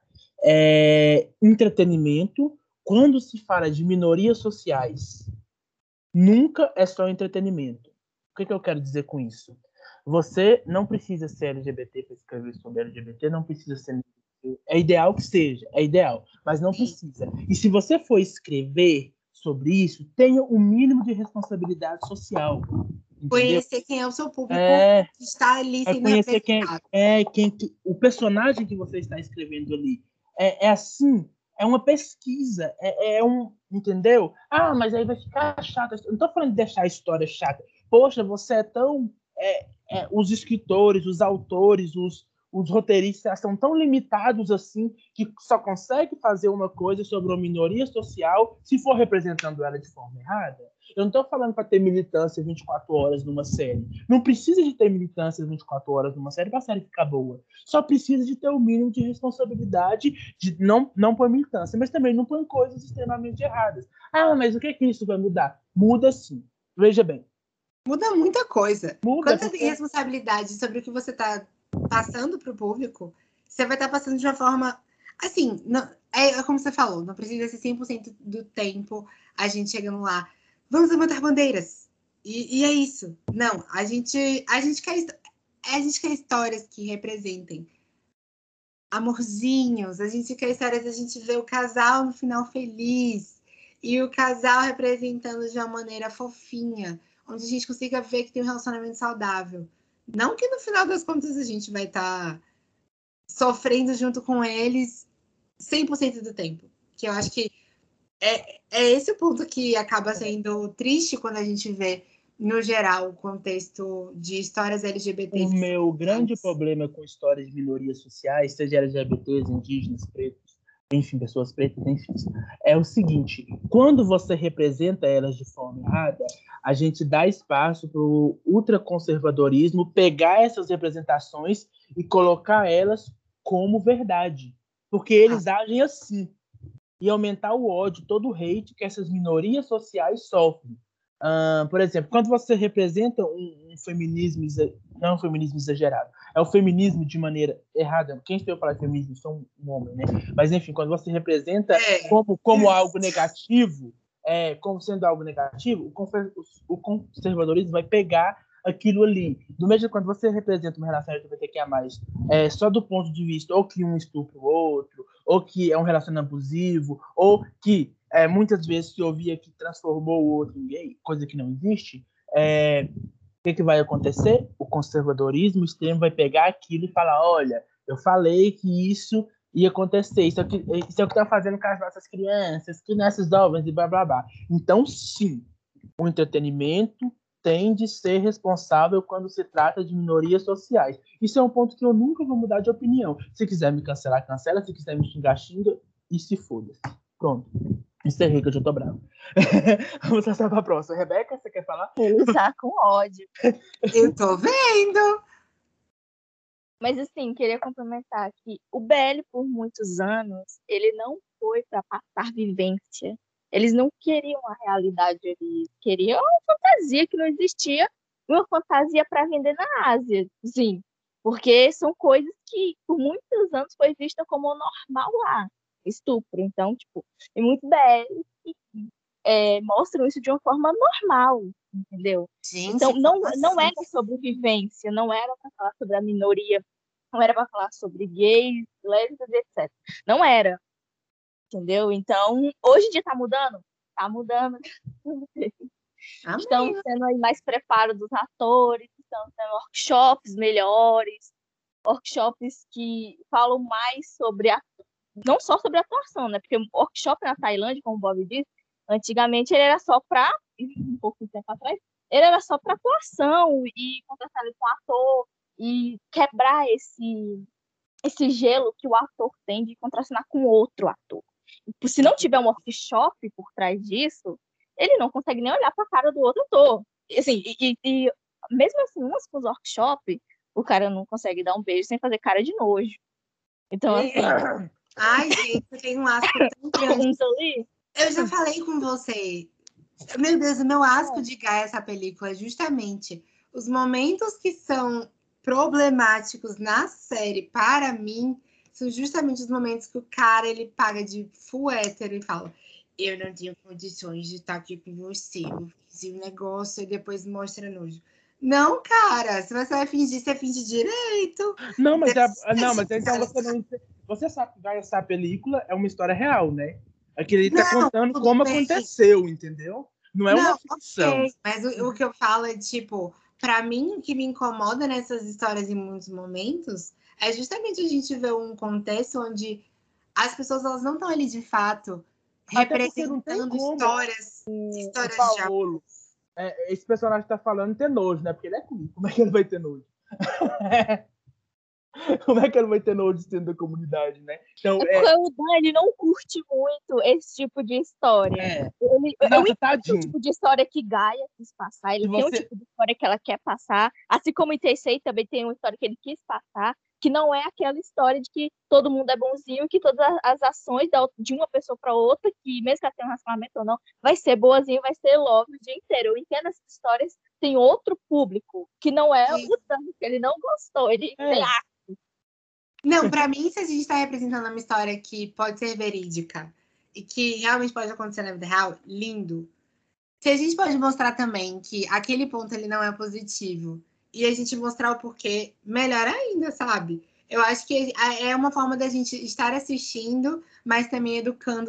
Entretenimento, quando se fala de minorias sociais, nunca é só entretenimento. O que eu quero dizer com isso? Você não precisa ser LGBT para escrever sobre LGBT, não precisa ser... É ideal que seja, é ideal, mas não precisa. E se você for escrever sobre isso, tenha o mínimo de responsabilidade social. Entendeu? Conhecer quem é o seu público que está ali sendo conhecer o personagem que você está escrevendo ali. Assim, é uma pesquisa, entendeu? Mas aí vai ficar chato. Eu não estou falando de deixar a história chata. Poxa, você é tão... os escritores, os autores, os roteiristas são tão limitados assim que só consegue fazer uma coisa sobre uma minoria social se for representando ela de forma errada. Eu não estou falando para ter militância 24 horas numa série. Não precisa de ter militância 24 horas numa série para a série ficar boa. Só precisa de ter o mínimo de responsabilidade de não pôr militância, mas também não pôr coisas extremamente erradas. Mas o que isso vai mudar? Muda sim. Veja bem. Muda muita coisa. Quando você tem responsabilidade sobre o que você está passando para o público, você vai estar passando de uma forma... Assim, como você falou, não precisa ser 100% do tempo a gente chegando lá. Vamos levantar bandeiras. E é isso. Não, a gente quer histórias que representem amorzinhos. A gente quer histórias, a gente vê o casal no final feliz. E o casal representando de uma maneira fofinha. Onde a gente consiga ver que tem um relacionamento saudável. Não que no final das contas a gente vai estar sofrendo junto com eles 100% do tempo. Que eu acho que é esse o ponto que acaba sendo triste quando a gente vê, no geral, o contexto de histórias LGBTs. O meu grande problema com histórias de minorias sociais, seja LGBTs, indígenas, pretos, enfim, pessoas pretas, enfim, é o seguinte: quando você representa elas de forma errada, a gente dá espaço para o ultraconservadorismo pegar essas representações e colocar elas como verdade, porque eles agem assim, e aumentar o ódio, todo o hate que essas minorias sociais sofrem. Por exemplo, quando você representa um feminismo, não é um feminismo exagerado, é o feminismo de maneira errada. Quem estou falar de feminismo sou um homem, né? Mas enfim, quando você representa como algo negativo, como sendo algo negativo, o conservadorismo vai pegar aquilo ali. Do mesmo quando você representa uma relação LGBTQIA+, só do ponto de vista ou que um estupra o outro, ou que é um relacionamento abusivo, ou que muitas vezes se ouvia que transformou o outro em gay, coisa que não existe, o que vai acontecer? O conservadorismo extremo vai pegar aquilo e falar: olha, eu falei que isso ia acontecer, isso é o que está fazendo com as nossas crianças, crianças jovens e blá blá blá. Então, sim, o entretenimento tem de ser responsável quando se trata de minorias sociais. Isso é um ponto que eu nunca vou mudar de opinião. Se quiser me cancelar, cancela. Se quiser me xingar, xinga. E se foda. Pronto. Encerrei, que eu já tô bravo. Vamos passar para a próxima. Rebeca, você quer falar? Ele tá com ódio. Eu tô vendo! Mas, assim, queria complementar que o BL, por muitos anos, ele não foi para passar vivência. Eles não queriam a realidade ali. Queriam uma fantasia que não existia. Uma fantasia para vender na Ásia, sim. Porque são coisas que, por muitos anos, foi vista como normal lá. Estupro. Então, tipo, tem muito BL que mostram isso de uma forma normal, entendeu? Gente, então, não era sobre vivência, não era para falar sobre a minoria, não era para falar sobre gays, lésbicas, etc. Não era. entendeu? Então, hoje em dia tá mudando? Tá mudando. Estão Amém. tendo aí mais preparo dos atores, estão tendo workshops melhores, workshops que falam mais sobre não só sobre atuação, né? Porque o workshop na Tailândia, como o Bob disse, antigamente ele era só para um pouco de tempo atrás, ele era só para atuação e conversar com o ator e quebrar esse gelo que o ator tem de contracenar com outro ator. Se não tiver um workshop por trás disso, ele não consegue nem olhar para a cara do outro ator. Assim, e mesmo assim, umas com os workshop, o cara não consegue dar um beijo sem fazer cara de nojo. Então, assim, Ai, gente, eu tenho um asco tão grande. ali, Eu já falei com você. Meu Deus, o meu asco de Gaia, essa película, é justamente os momentos que são problemáticos na série, para mim, são justamente os momentos que o cara, ele paga de full hétero e fala: eu não tenho condições de estar aqui com você, eu fiz um negócio e depois mostra nojo. Não, cara, se você vai fingir, você finge direito. Não, mas então você não. Você sabe que essa película é uma história real, né? Aqui ele tá contando como aconteceu, entendeu? Não é uma ficção. Okay. Mas o que eu falo é, tipo, pra mim, o que me incomoda nessas histórias em muitos momentos é justamente a gente ver um contexto onde as pessoas elas não estão ali de fato Até porque não tem representando como histórias o de amor. Paolo, esse personagem tá falando ter nojo, né? Porque ele é comigo. Como é que ele vai ter nojo? Como é que ele vai ter nojo dentro da comunidade, né? Então, porque o Dan, ele não curte muito esse tipo de história. Eu entendo o tipo de história que Gaia quis passar. Ele tem um tipo de história que ela quer passar. Assim como em Teisei também tem uma história que ele quis passar, que não é aquela história de que todo mundo é bonzinho, que todas as ações de uma pessoa para outra, que mesmo que ela tenha um relacionamento ou não, vai ser boazinho, vai ser love o dia inteiro. Eu entendo essas histórias. Tem outro público que não é o Dan, que ele não gostou. Ele Não, pra mim, se a gente tá representando uma história que pode ser verídica e que realmente pode acontecer na vida real, lindo. Se a gente pode mostrar também que aquele ponto ele não é positivo e a gente mostrar o porquê, melhor ainda, sabe? Eu acho que é uma forma da gente estar assistindo, mas também educando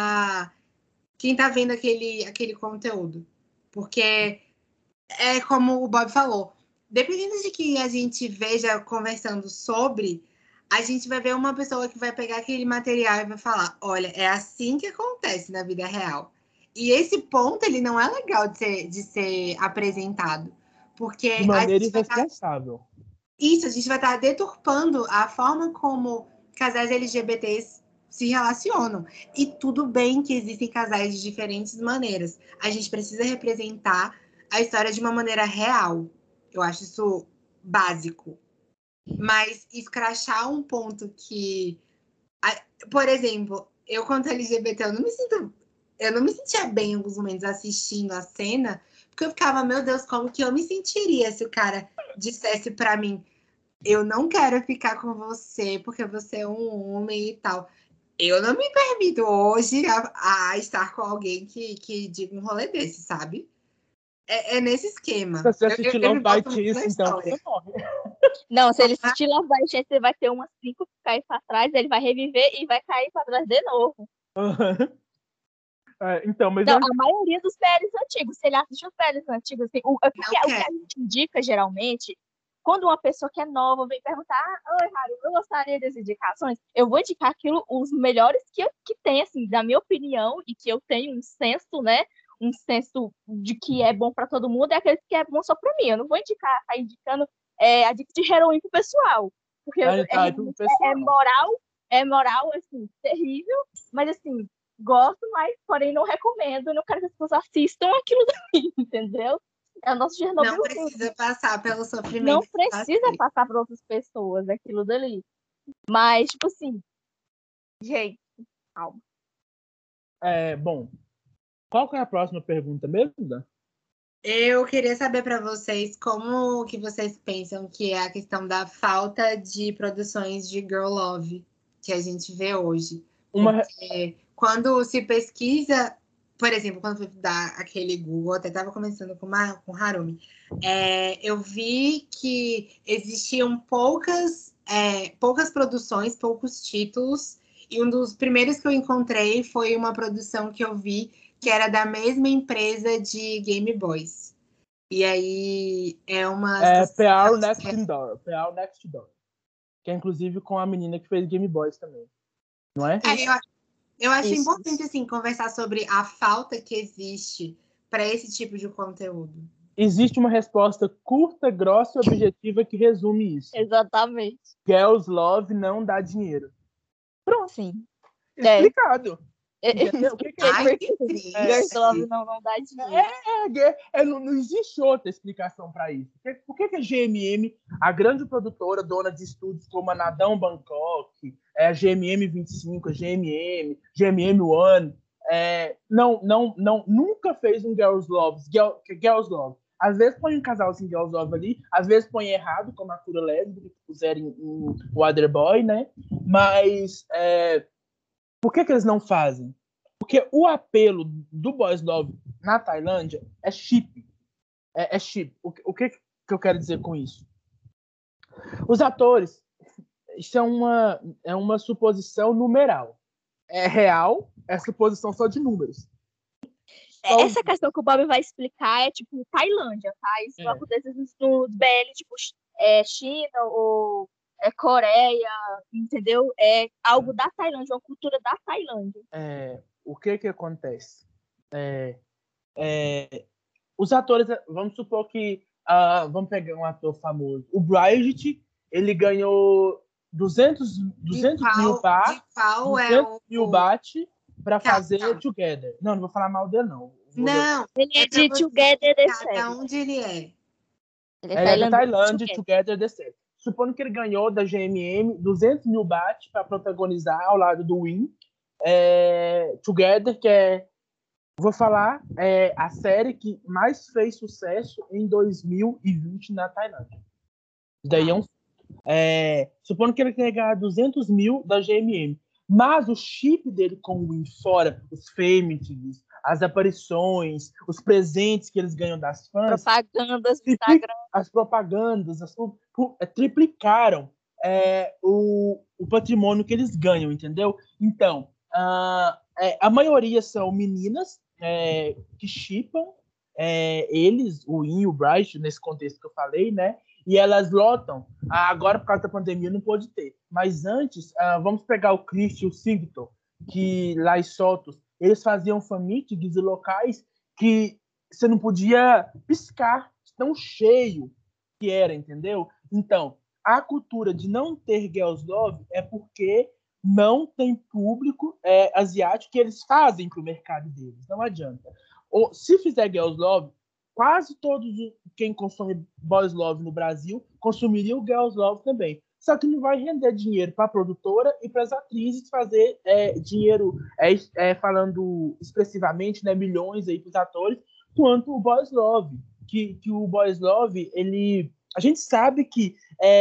quem tá vendo aquele conteúdo. Porque é como o Bob falou, dependendo de que a gente veja conversando sobre, a gente vai ver uma pessoa que vai pegar aquele material e vai falar: olha, é assim que acontece na vida real. E esse ponto ele não é legal de ser apresentado, porque de maneira irresponsável. Isso, a gente vai estar deturpando a forma como casais LGBTs se relacionam. E tudo bem que existem casais de diferentes maneiras. A gente precisa representar a história de uma maneira real. Eu acho isso básico. Mas escrachar um ponto que. Por exemplo, eu, quanto LGBT, eu não me sentia bem em alguns momentos assistindo a cena, porque eu ficava, meu Deus, como que eu me sentiria se o cara dissesse para mim: eu não quero ficar com você porque você é um homem e tal. Eu não me permito hoje a estar com alguém que diga um rolê desse, sabe? É nesse esquema. Se você assistir Love by Chance, então você morre. Não, se ele assistir Love by Chance, ele vai ter umas 5 que cair pra trás, ele vai reviver e vai cair pra trás de novo. Então, mas não, a maioria dos PLs antigos, se ele assiste os PLs antigos, assim, o que a gente indica geralmente, quando uma pessoa que é nova vem perguntar: oi, Haru, eu gostaria das indicações, eu vou indicar aquilo, os melhores que tem, assim, da minha opinião, e que eu tenho um senso, né, um senso de que é bom para todo mundo, é aquele que é bom só para mim. Eu não vou indicar, tá indicando a dica de heroína pro pessoal, porque é moral, assim, terrível, mas, assim, gosto, mas porém não recomendo, não quero que as pessoas assistam aquilo dali, entendeu? É o nosso Chernobyl. Não precisa passar pelo sofrimento. Não precisa passar para outras pessoas aquilo dali. Mas, tipo assim, gente, calma. Bom, qual que é a próxima pergunta mesmo, Dan? Eu queria saber para vocês como que vocês pensam que é a questão da falta de produções de girl love que a gente vê hoje. Porque quando se pesquisa, por exemplo, quando fui dar aquele Google, até estava começando com Harumi, eu vi que existiam poucas produções, poucos títulos, E um dos primeiros que eu encontrei foi uma produção que eu vi que era da mesma empresa de Game Boys. E aí é uma... PR Next Door. PR Next Door. Que é inclusive com a menina que fez Game Boys também. Não é? Eu acho importante, assim, conversar sobre a falta que existe para esse tipo de conteúdo. Existe uma resposta curta, grossa e objetiva que resume isso. Exatamente. Girls Love não dá dinheiro. Pronto. Sim. Explicado. Entendeu? O que é Ai, que triste. Girls Love não dá dinheiro. Não existe outra explicação para isso. Por que a GMM, a grande produtora, dona de estúdios como a Nadão Bangkok, a GMM 25, a GMM One, nunca fez um Girls Love. Girls Love. Às vezes põe um casalzinho de Girls Love ali, às vezes põe errado, como a cura lésbica que puseram em Waterboy, né? Mas por que eles não fazem? Porque o apelo do Boys Love na Tailândia é chip. É chip. O que eu quero dizer com isso? Os atores, isso é uma suposição numeral. É real, é suposição só de números. Essa questão que o Bob vai explicar é tipo Tailândia, tá? Isso não acontece nos BL, tipo China ou Coreia, entendeu? É algo da Tailândia, uma cultura da Tailândia. O que acontece? Os atores, vamos supor que vamos pegar um ator famoso. O Bright, ele ganhou 200 mil baht, 200 mil baht para fazer Together. Não vou falar mal dele, não. Não, ele é de Together The Seven. Onde ele é? Ele é da Tailândia, Together The Seven. Supondo que ele ganhou da GMM 200 mil baht para protagonizar ao lado do Win. Together, que vou falar, a série que mais fez sucesso em 2020 na Tailândia. Daí supondo que ele tenha ganhado 200 mil da GMM. Mas o chip dele com o Win fora, os famous, as aparições, os presentes que eles ganham das fãs... Propagandas do Instagram. As propagandas triplicaram o patrimônio que eles ganham, entendeu? Então, a maioria são meninas que shippam eles, o In e o Bright, nesse contexto que eu falei, né? E elas lotam. Agora, por causa da pandemia, não pode ter. Mas antes, vamos pegar o Chris e o Sigton, que lá em Sotos, eles faziam fan-meetings em locais que você não podia piscar, tão cheio que era, entendeu? Então, a cultura de não ter Girls Love é porque não tem público asiático que eles fazem para o mercado deles. Não adianta. Se fizer Girls Love, quase todos quem consome Boys Love no Brasil consumiria o Girls Love também. Só que não vai render dinheiro para a produtora e para as atrizes fazer dinheiro, falando expressivamente, né, milhões aí para os atores, quanto o Boys Love. Que o Boys Love, a gente sabe que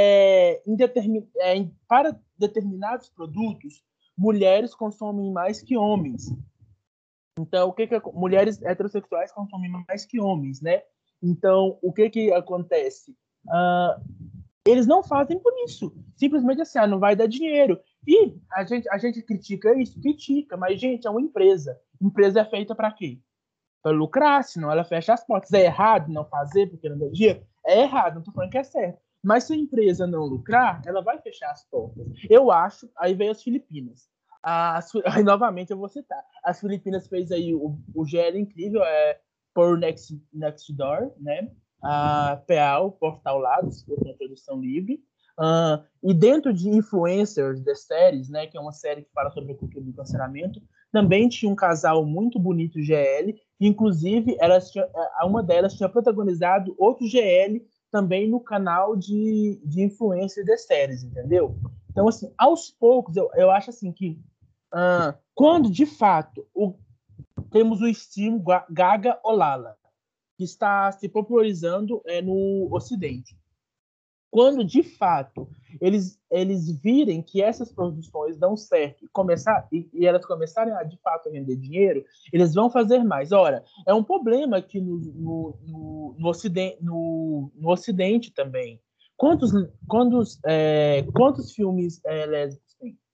para determinados produtos, mulheres consomem mais que homens. Então, mulheres heterossexuais consomem mais que homens, né? Então, o que acontece? Eles não fazem por isso. Simplesmente assim, não vai dar dinheiro. E a gente critica isso? Critica, mas, gente, é uma empresa. Empresa é feita para quê? Para lucrar, senão ela fecha as portas. É errado não fazer porque não dá dinheiro? É errado, não estou falando que é certo. Mas se a empresa não lucrar, ela vai fechar as portas. Eu acho, aí veio as Filipinas. Aí, novamente eu vou citar. As Filipinas fez aí o GL incrível, por Next Door, né? A PA, o Portal Lados, que tem a tradução livre. E dentro de Influencers, das séries, né, que é uma série que fala sobre a cultura do cancelamento, também tinha um casal muito bonito GL, inclusive uma delas tinha protagonizado outro GL também no canal de Influencers das séries, entendeu? Então, assim, aos poucos, eu acho assim que quando, de fato, temos o estilo Gaga Olala, que está se popularizando no Ocidente. Quando, de fato, eles virem que essas produções dão certo e elas começarem a, de fato, render dinheiro, eles vão fazer mais. Ora, é um problema aqui no Ocidente também. Quantos filmes lésbicos tem?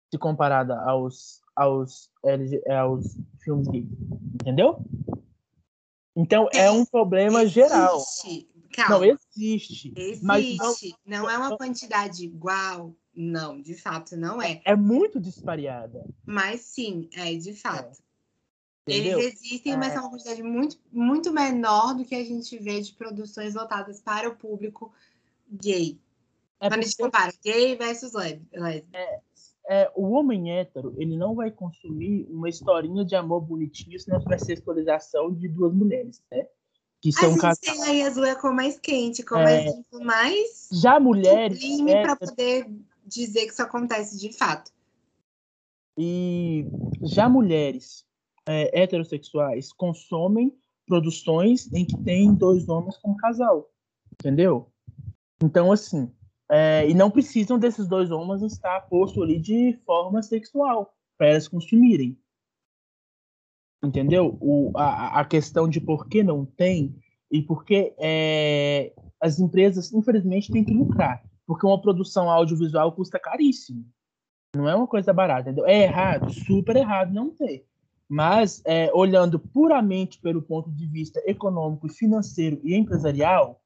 se comparada aos filmes gays, entendeu? Então, é um problema geral. Existe. Não, Calma. existe. Mas não, Existe. Não é uma quantidade igual. Não, de fato, não é. é muito disparada. Mas sim, é de fato. Eles Entendeu? existem, mas são uma quantidade muito, muito menor do que a gente vê de produções voltadas para o público gay. Quando a gente compara gay versus lésbica. O homem hétero, ele não vai consumir uma historinha de amor bonitinho se não tiver sexualização de duas mulheres, né? Que A são gente casais. tem aí as com mais quente, com mais Já mulheres para poder dizer que isso acontece de fato. E já mulheres heterossexuais consomem produções em que tem dois homens como casal, entendeu? Então, assim, e não precisam desses dois homens estar posto ali de forma sexual para elas consumirem, entendeu? A questão de por que não tem e por que as empresas, infelizmente, têm que lucrar, porque uma produção audiovisual custa caríssimo. Não é uma coisa barata, entendeu? É errado, super errado não ter. Mas, olhando puramente pelo ponto de vista econômico, financeiro e empresarial,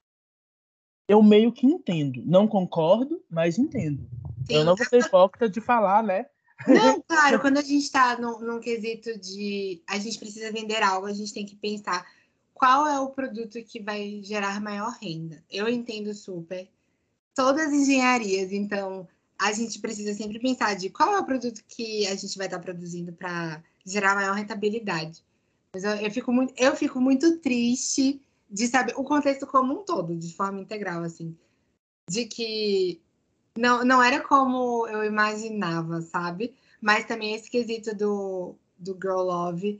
eu meio que entendo. Não concordo, mas entendo. Sim. Eu não vou ser hipócrita de falar, né? Não, claro, quando a gente está num quesito de a gente precisa vender algo, a gente tem que pensar qual é o produto que vai gerar maior renda. Eu entendo super todas as engenharias, então a gente precisa sempre pensar de qual é o produto que a gente vai estar produzindo para gerar maior rentabilidade. Mas eu fico muito triste de saber o contexto como um todo, de forma integral, assim, de que não era como eu imaginava, sabe? Mas também esse quesito do Girl Love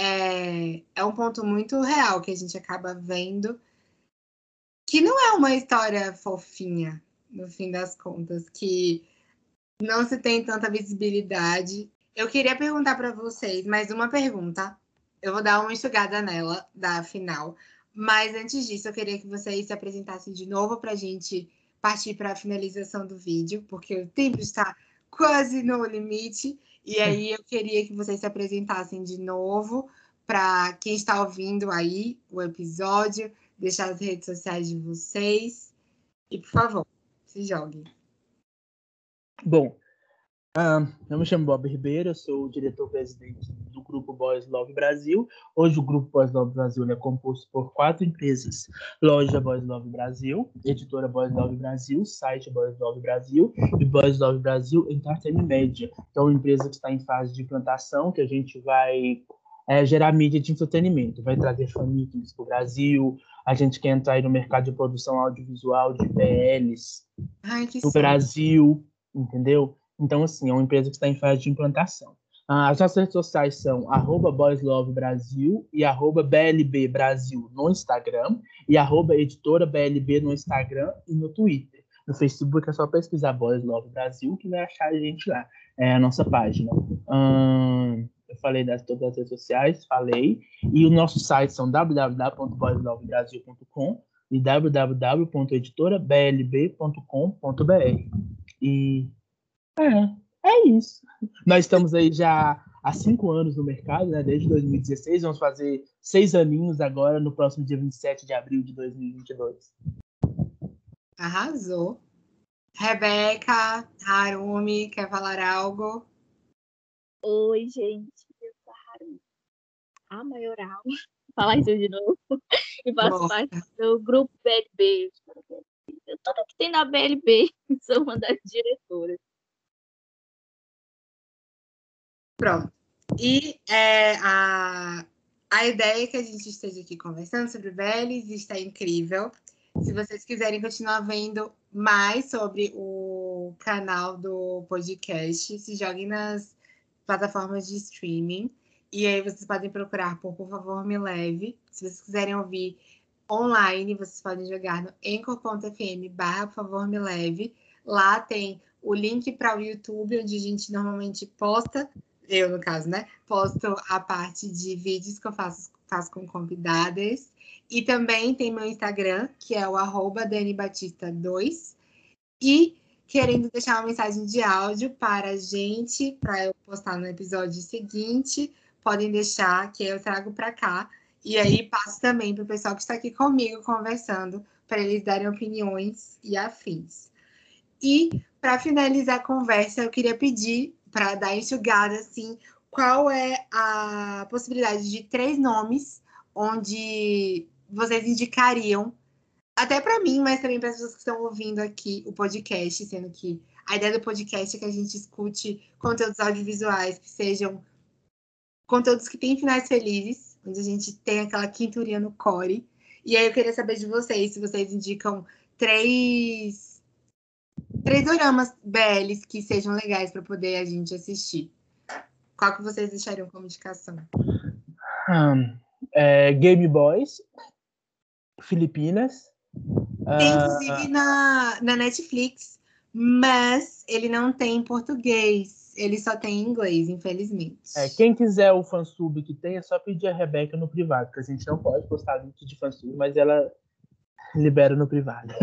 é um ponto muito real que a gente acaba vendo, que não é uma história fofinha, no fim das contas, que não se tem tanta visibilidade. Eu queria perguntar para vocês mais uma pergunta. Eu vou dar uma enxugada nela, da final. Mas antes disso, eu queria que vocês se apresentassem de novo para a gente partir para a finalização do vídeo, porque o tempo está quase no limite. E aí eu queria que vocês se apresentassem de novo para quem está ouvindo aí o episódio, deixar as redes sociais de vocês. E, por favor, se joguem. Bom, eu me chamo Bob Ribeiro, eu sou o diretor-presidente do Grupo Boys Love Brasil. Hoje o Grupo Boys Love Brasil é composto por 4 empresas: Loja Boys Love Brasil, Editora Boys Love Brasil, Site Boys Love Brasil e Boys Love Brasil Entertainment Media, que é uma empresa que está em fase de implantação, que a gente vai gerar mídia de entretenimento, vai trazer famílias para o Brasil. A gente quer entrar aí no mercado de produção audiovisual de PLs no Brasil, entendeu? Então, assim, é uma empresa que está em fase de implantação. As nossas redes sociais são @boyslovebrasil e @blb Brasil no Instagram e @editora_blb no Instagram e no Twitter. No Facebook é só pesquisar Boys Love Brasil que vai achar a gente lá. É a nossa página. Eu falei todas as redes sociais, falei. E o nosso site são www.boyslovebrasil.com e www.editorablb.com.br. E é isso. Nós estamos aí já há 5 anos no mercado, né? Desde 2016. Vamos fazer 6 aninhos agora, no próximo dia 27 de abril de 2022. Arrasou. Rebeca, Harumi, quer falar algo? Oi, gente. Eu sou a Harumi, a Maioral. Vou falar isso de novo. E faço parte do grupo BLB. Eu tô aqui tem na BLB. Sou uma das diretoras. Pronto. E a ideia é que a gente esteja aqui conversando sobre BLs está incrível. Se vocês quiserem continuar vendo mais sobre o canal do podcast, se joguem nas plataformas de streaming. E aí vocês podem procurar por favor, me leve. Se vocês quiserem ouvir online, vocês podem jogar no anchor.fm/por favor, me leve. Lá tem o link para o YouTube, onde a gente normalmente posta, eu no caso, né? Posto a parte de vídeos que eu faço com convidadas. E também tem meu Instagram, que é o @danibatista2. E querendo deixar uma mensagem de áudio para a gente, para eu postar no episódio seguinte, podem deixar que eu trago para cá. E aí passo também para o pessoal que está aqui comigo conversando, para eles darem opiniões e afins. E para finalizar a conversa, eu queria pedir para dar enxugada assim, qual é a possibilidade de 3 nomes onde vocês indicariam, até para mim, mas também para as pessoas que estão ouvindo aqui o podcast, sendo que a ideia do podcast é que a gente escute conteúdos audiovisuais que sejam conteúdos que têm finais felizes, onde a gente tem aquela quinturinha no core. E aí eu queria saber de vocês, se vocês indicam 3 doramas BLs que sejam legais para poder a gente assistir. Qual que vocês deixariam como indicação? Game Boys, Filipinas. Tem, inclusive, na Netflix, mas ele não tem em português. Ele só tem em inglês, infelizmente. Quem quiser o fansub que tem, é só pedir a Rebeca no privado, porque a gente não pode postar link de fansub, mas ela libera no privado.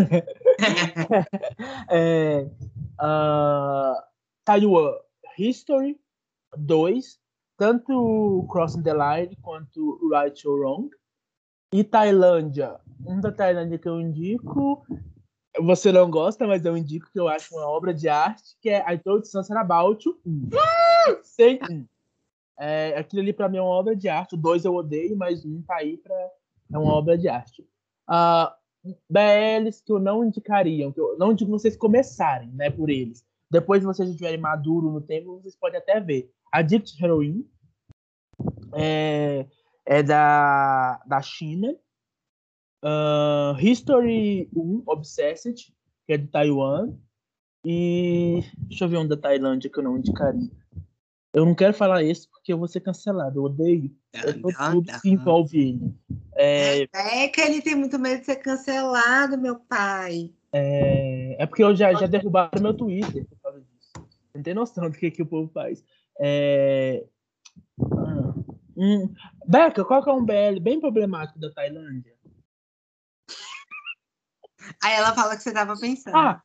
Taiwan History 2, tanto Crossing the Line quanto Right or Wrong. E Tailândia, da Tailândia que eu indico, você não gosta, mas eu indico, que eu acho uma obra de arte, que é I Told Something About You. Sem aquilo ali pra mim é uma obra de arte. O 2 eu odeio, mas o 1 tá aí é uma obra de arte. BLs que eu não indicaria, que eu não digo vocês começarem, né, por eles. Depois, se vocês estiverem maduros no tempo, vocês podem até ver. Addict Heroin é da China. History 1, Obsessed, que é de Taiwan. E deixa eu ver um da Tailândia que eu não indicaria. Eu não quero falar esse porque eu vou ser cancelado. Eu odeio tudo que envolve ele. Que ele tem muito medo de ser cancelado, meu pai. É porque eu já derrubaram meu Twitter por causa disso. Não tem noção do que o povo faz. Beca, qual que é um BL bem problemático da Tailândia? Aí ela fala que você tava pensando.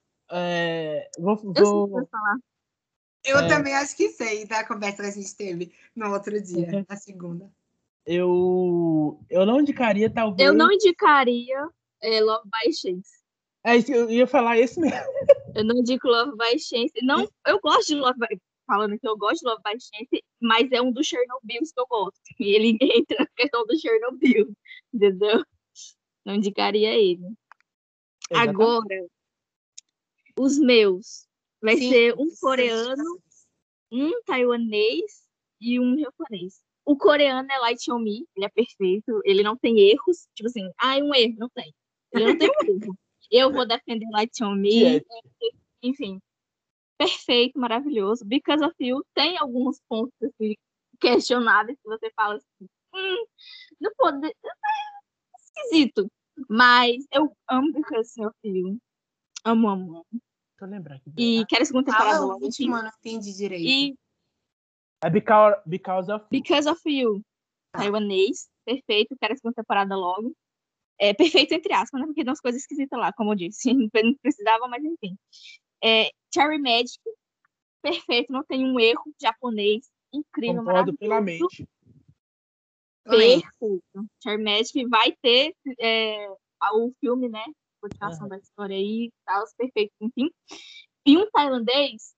Vou falar. Eu também acho que sei da conversa que a gente teve no outro dia, na segunda. Eu não indicaria, talvez. Eu não indicaria Love by Chance. Eu ia falar esse mesmo. Eu não indico Love by Chance. Não, eu gosto de Love by... Falando que eu gosto de Love by Chance, mas é um dos Chernobyl que eu gosto. E ele entra na questão do Chernobyl, entendeu? Não indicaria ele. Exatamente. Agora, os meus. Vai ser um coreano, um taiwanês e um japonês. O coreano é Light on Me, ele é perfeito, ele não tem erros. Tipo assim, um erro, não tem. Ele não tem um erro. Eu vou defender Light on Me, enfim. Perfeito, maravilhoso. Because of You tem alguns pontos assim, questionáveis que você fala assim, não pode, é esquisito. Mas eu amo Because of You. Amo. Deixa eu lembrar aqui. E quero a segunda temporada logo. O último, não entendi direito. E é Because of You. Taiwanês, perfeito, quero a segunda temporada logo. Perfeito entre aspas, né? Porque tem umas coisas esquisitas lá, como eu disse. Não precisava, mas enfim. Cherry Magic, perfeito, não tem um erro. Japonês, incrível, concordo plenamente. Perfeito. Cherry Magic vai ter o filme, né? Continuação da história aí, tal, perfeito, enfim. E um tailandês,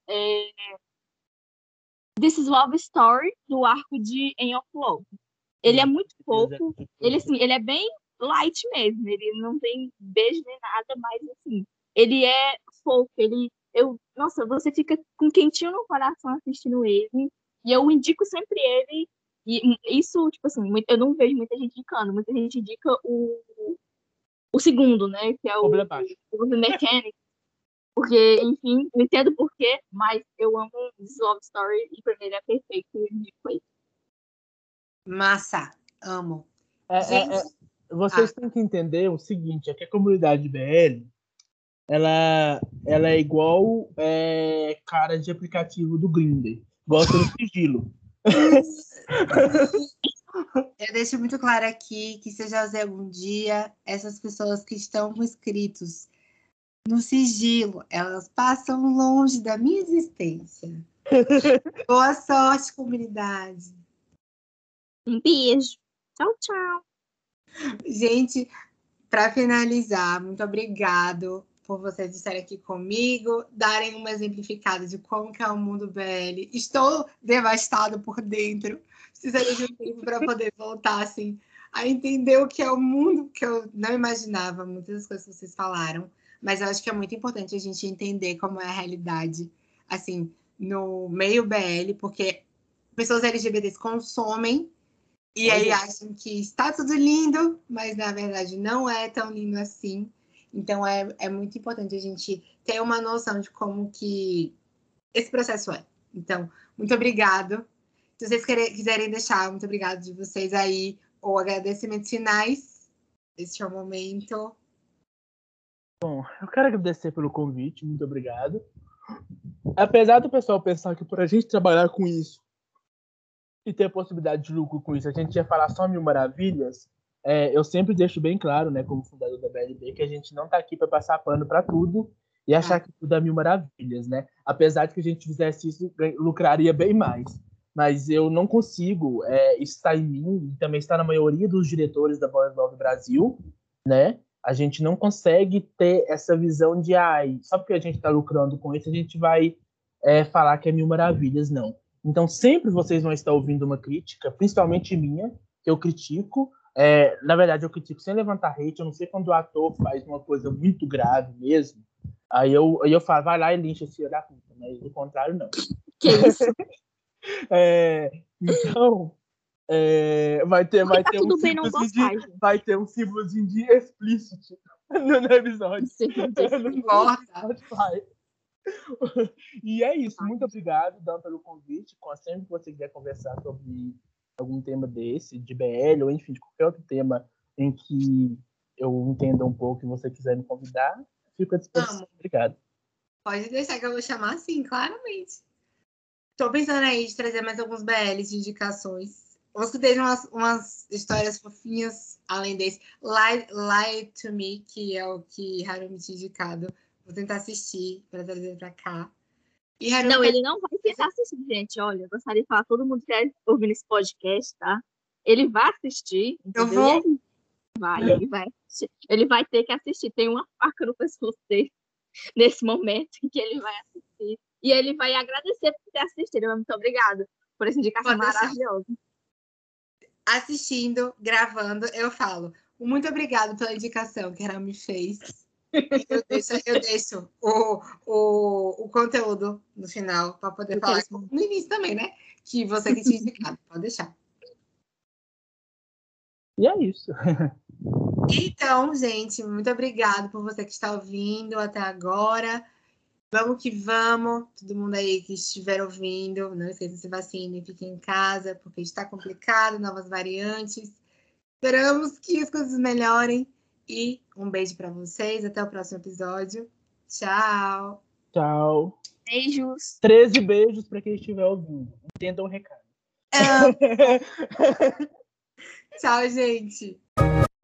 This is Love Story, do arco de End of Love. Ele é muito fofo, ele é bem light mesmo, ele não tem beijo nem nada, mas assim, ele é fofo, nossa, você fica com quentinho no coração assistindo ele, e eu indico sempre ele, e isso, tipo assim, eu não vejo muita gente indicando, muita gente indica o segundo, né, que é o Mechanic, porque, enfim, não entendo porquê, mas eu amo This Love Story e pra mim ele é perfeito e indico ele. Massa, amo. Vocês têm que entender o seguinte, é que a comunidade BL, ela é igual cara de aplicativo do Grindr, gosta do sigilo. Eu deixo muito claro aqui que se eu já usei algum dia, essas pessoas que estão inscritos no sigilo. Elas passam longe da minha existência. Boa sorte, comunidade. Um beijo. Tchau, tchau. Gente, para finalizar, muito obrigado por vocês estarem aqui comigo, darem uma exemplificada de como que é o mundo BL. Estou devastado por dentro. Precisaria de um tempo para poder voltar assim, a entender o que é o mundo, que eu não imaginava, muitas das coisas que vocês falaram. Mas eu acho que é muito importante a gente entender como é a realidade, assim, no meio BL, porque pessoas LGBTs consomem e aí acham que está tudo lindo, mas na verdade não é tão lindo assim. Então é muito importante a gente ter uma noção de como que esse processo é. Então, muito obrigado. Se vocês quiserem deixar, muito obrigado de vocês aí, ou agradecimentos finais. Este é o momento. Bom, eu quero agradecer pelo convite, muito obrigado. Apesar do pessoal pensar que por a gente trabalhar com isso e ter a possibilidade de lucro com isso, a gente ia falar só mil maravilhas, eu sempre deixo bem claro, né, como fundador da BLB, que a gente não está aqui para passar pano para tudo e achar que tudo é mil maravilhas, né? Apesar de que a gente fizesse isso, lucraria bem mais. Mas eu não consigo, isso está em mim e também está na maioria dos diretores da Boys Love Brasil, né? A gente não consegue ter essa visão de, só porque a gente está lucrando com isso, a gente vai falar que é mil maravilhas, não. Então, sempre vocês vão estar ouvindo uma crítica, principalmente minha, que eu critico. Na verdade, eu critico sem levantar hate. Eu não sei quando o ator faz uma coisa muito grave mesmo. Aí eu falo, vai lá e lincha esse filho da puta. Mas do contrário, não. Que isso? Então, vai ter tudo bem não gostar, gente. vai ter um símbolozinho de explícito no episódio. Não importa. E é isso. Muito obrigado, Dan, pelo convite. Sempre que você quiser conversar sobre algum tema desse, de BL, ou enfim, de qualquer outro tema em que eu entenda um pouco e você quiser me convidar, fico à disposição. Obrigado. Pode deixar que eu vou chamar assim, claramente. Tô pensando aí de trazer mais alguns BLs de indicações. Uns que tenham umas histórias fofinhas, além desse. Lie to Me, que é o que Harumi tinha indicado. Vou tentar assistir para trazer para cá. E Harumi não, ele não vai tentar assistir, gente. Olha, eu gostaria de falar a todo mundo que está ouvindo esse podcast, tá? Ele vai assistir, entendeu? Eu vou. Ele vai ter que assistir. Tem uma faca no pescoço dele nesse momento em que ele vai assistir. E ele vai agradecer por ter assistido. Muito obrigada por essa indicação maravilhosa. Assistindo, gravando, eu falo. Muito obrigado pela indicação que ela me fez. Eu deixo o conteúdo no final para poder falar. No início também, né? Que você que tinha indicado. Pode deixar. E é isso. Então, gente, muito obrigado por você que está ouvindo até agora. Vamos que vamos. Todo mundo aí que estiver ouvindo, não esqueça de se vacine, fique em casa, porque está complicado, novas variantes. Esperamos que as coisas melhorem. E um beijo para vocês. Até o próximo episódio. Tchau. Tchau. Beijos. 13 beijos para quem estiver ouvindo. Entendam o recado. Tchau, gente.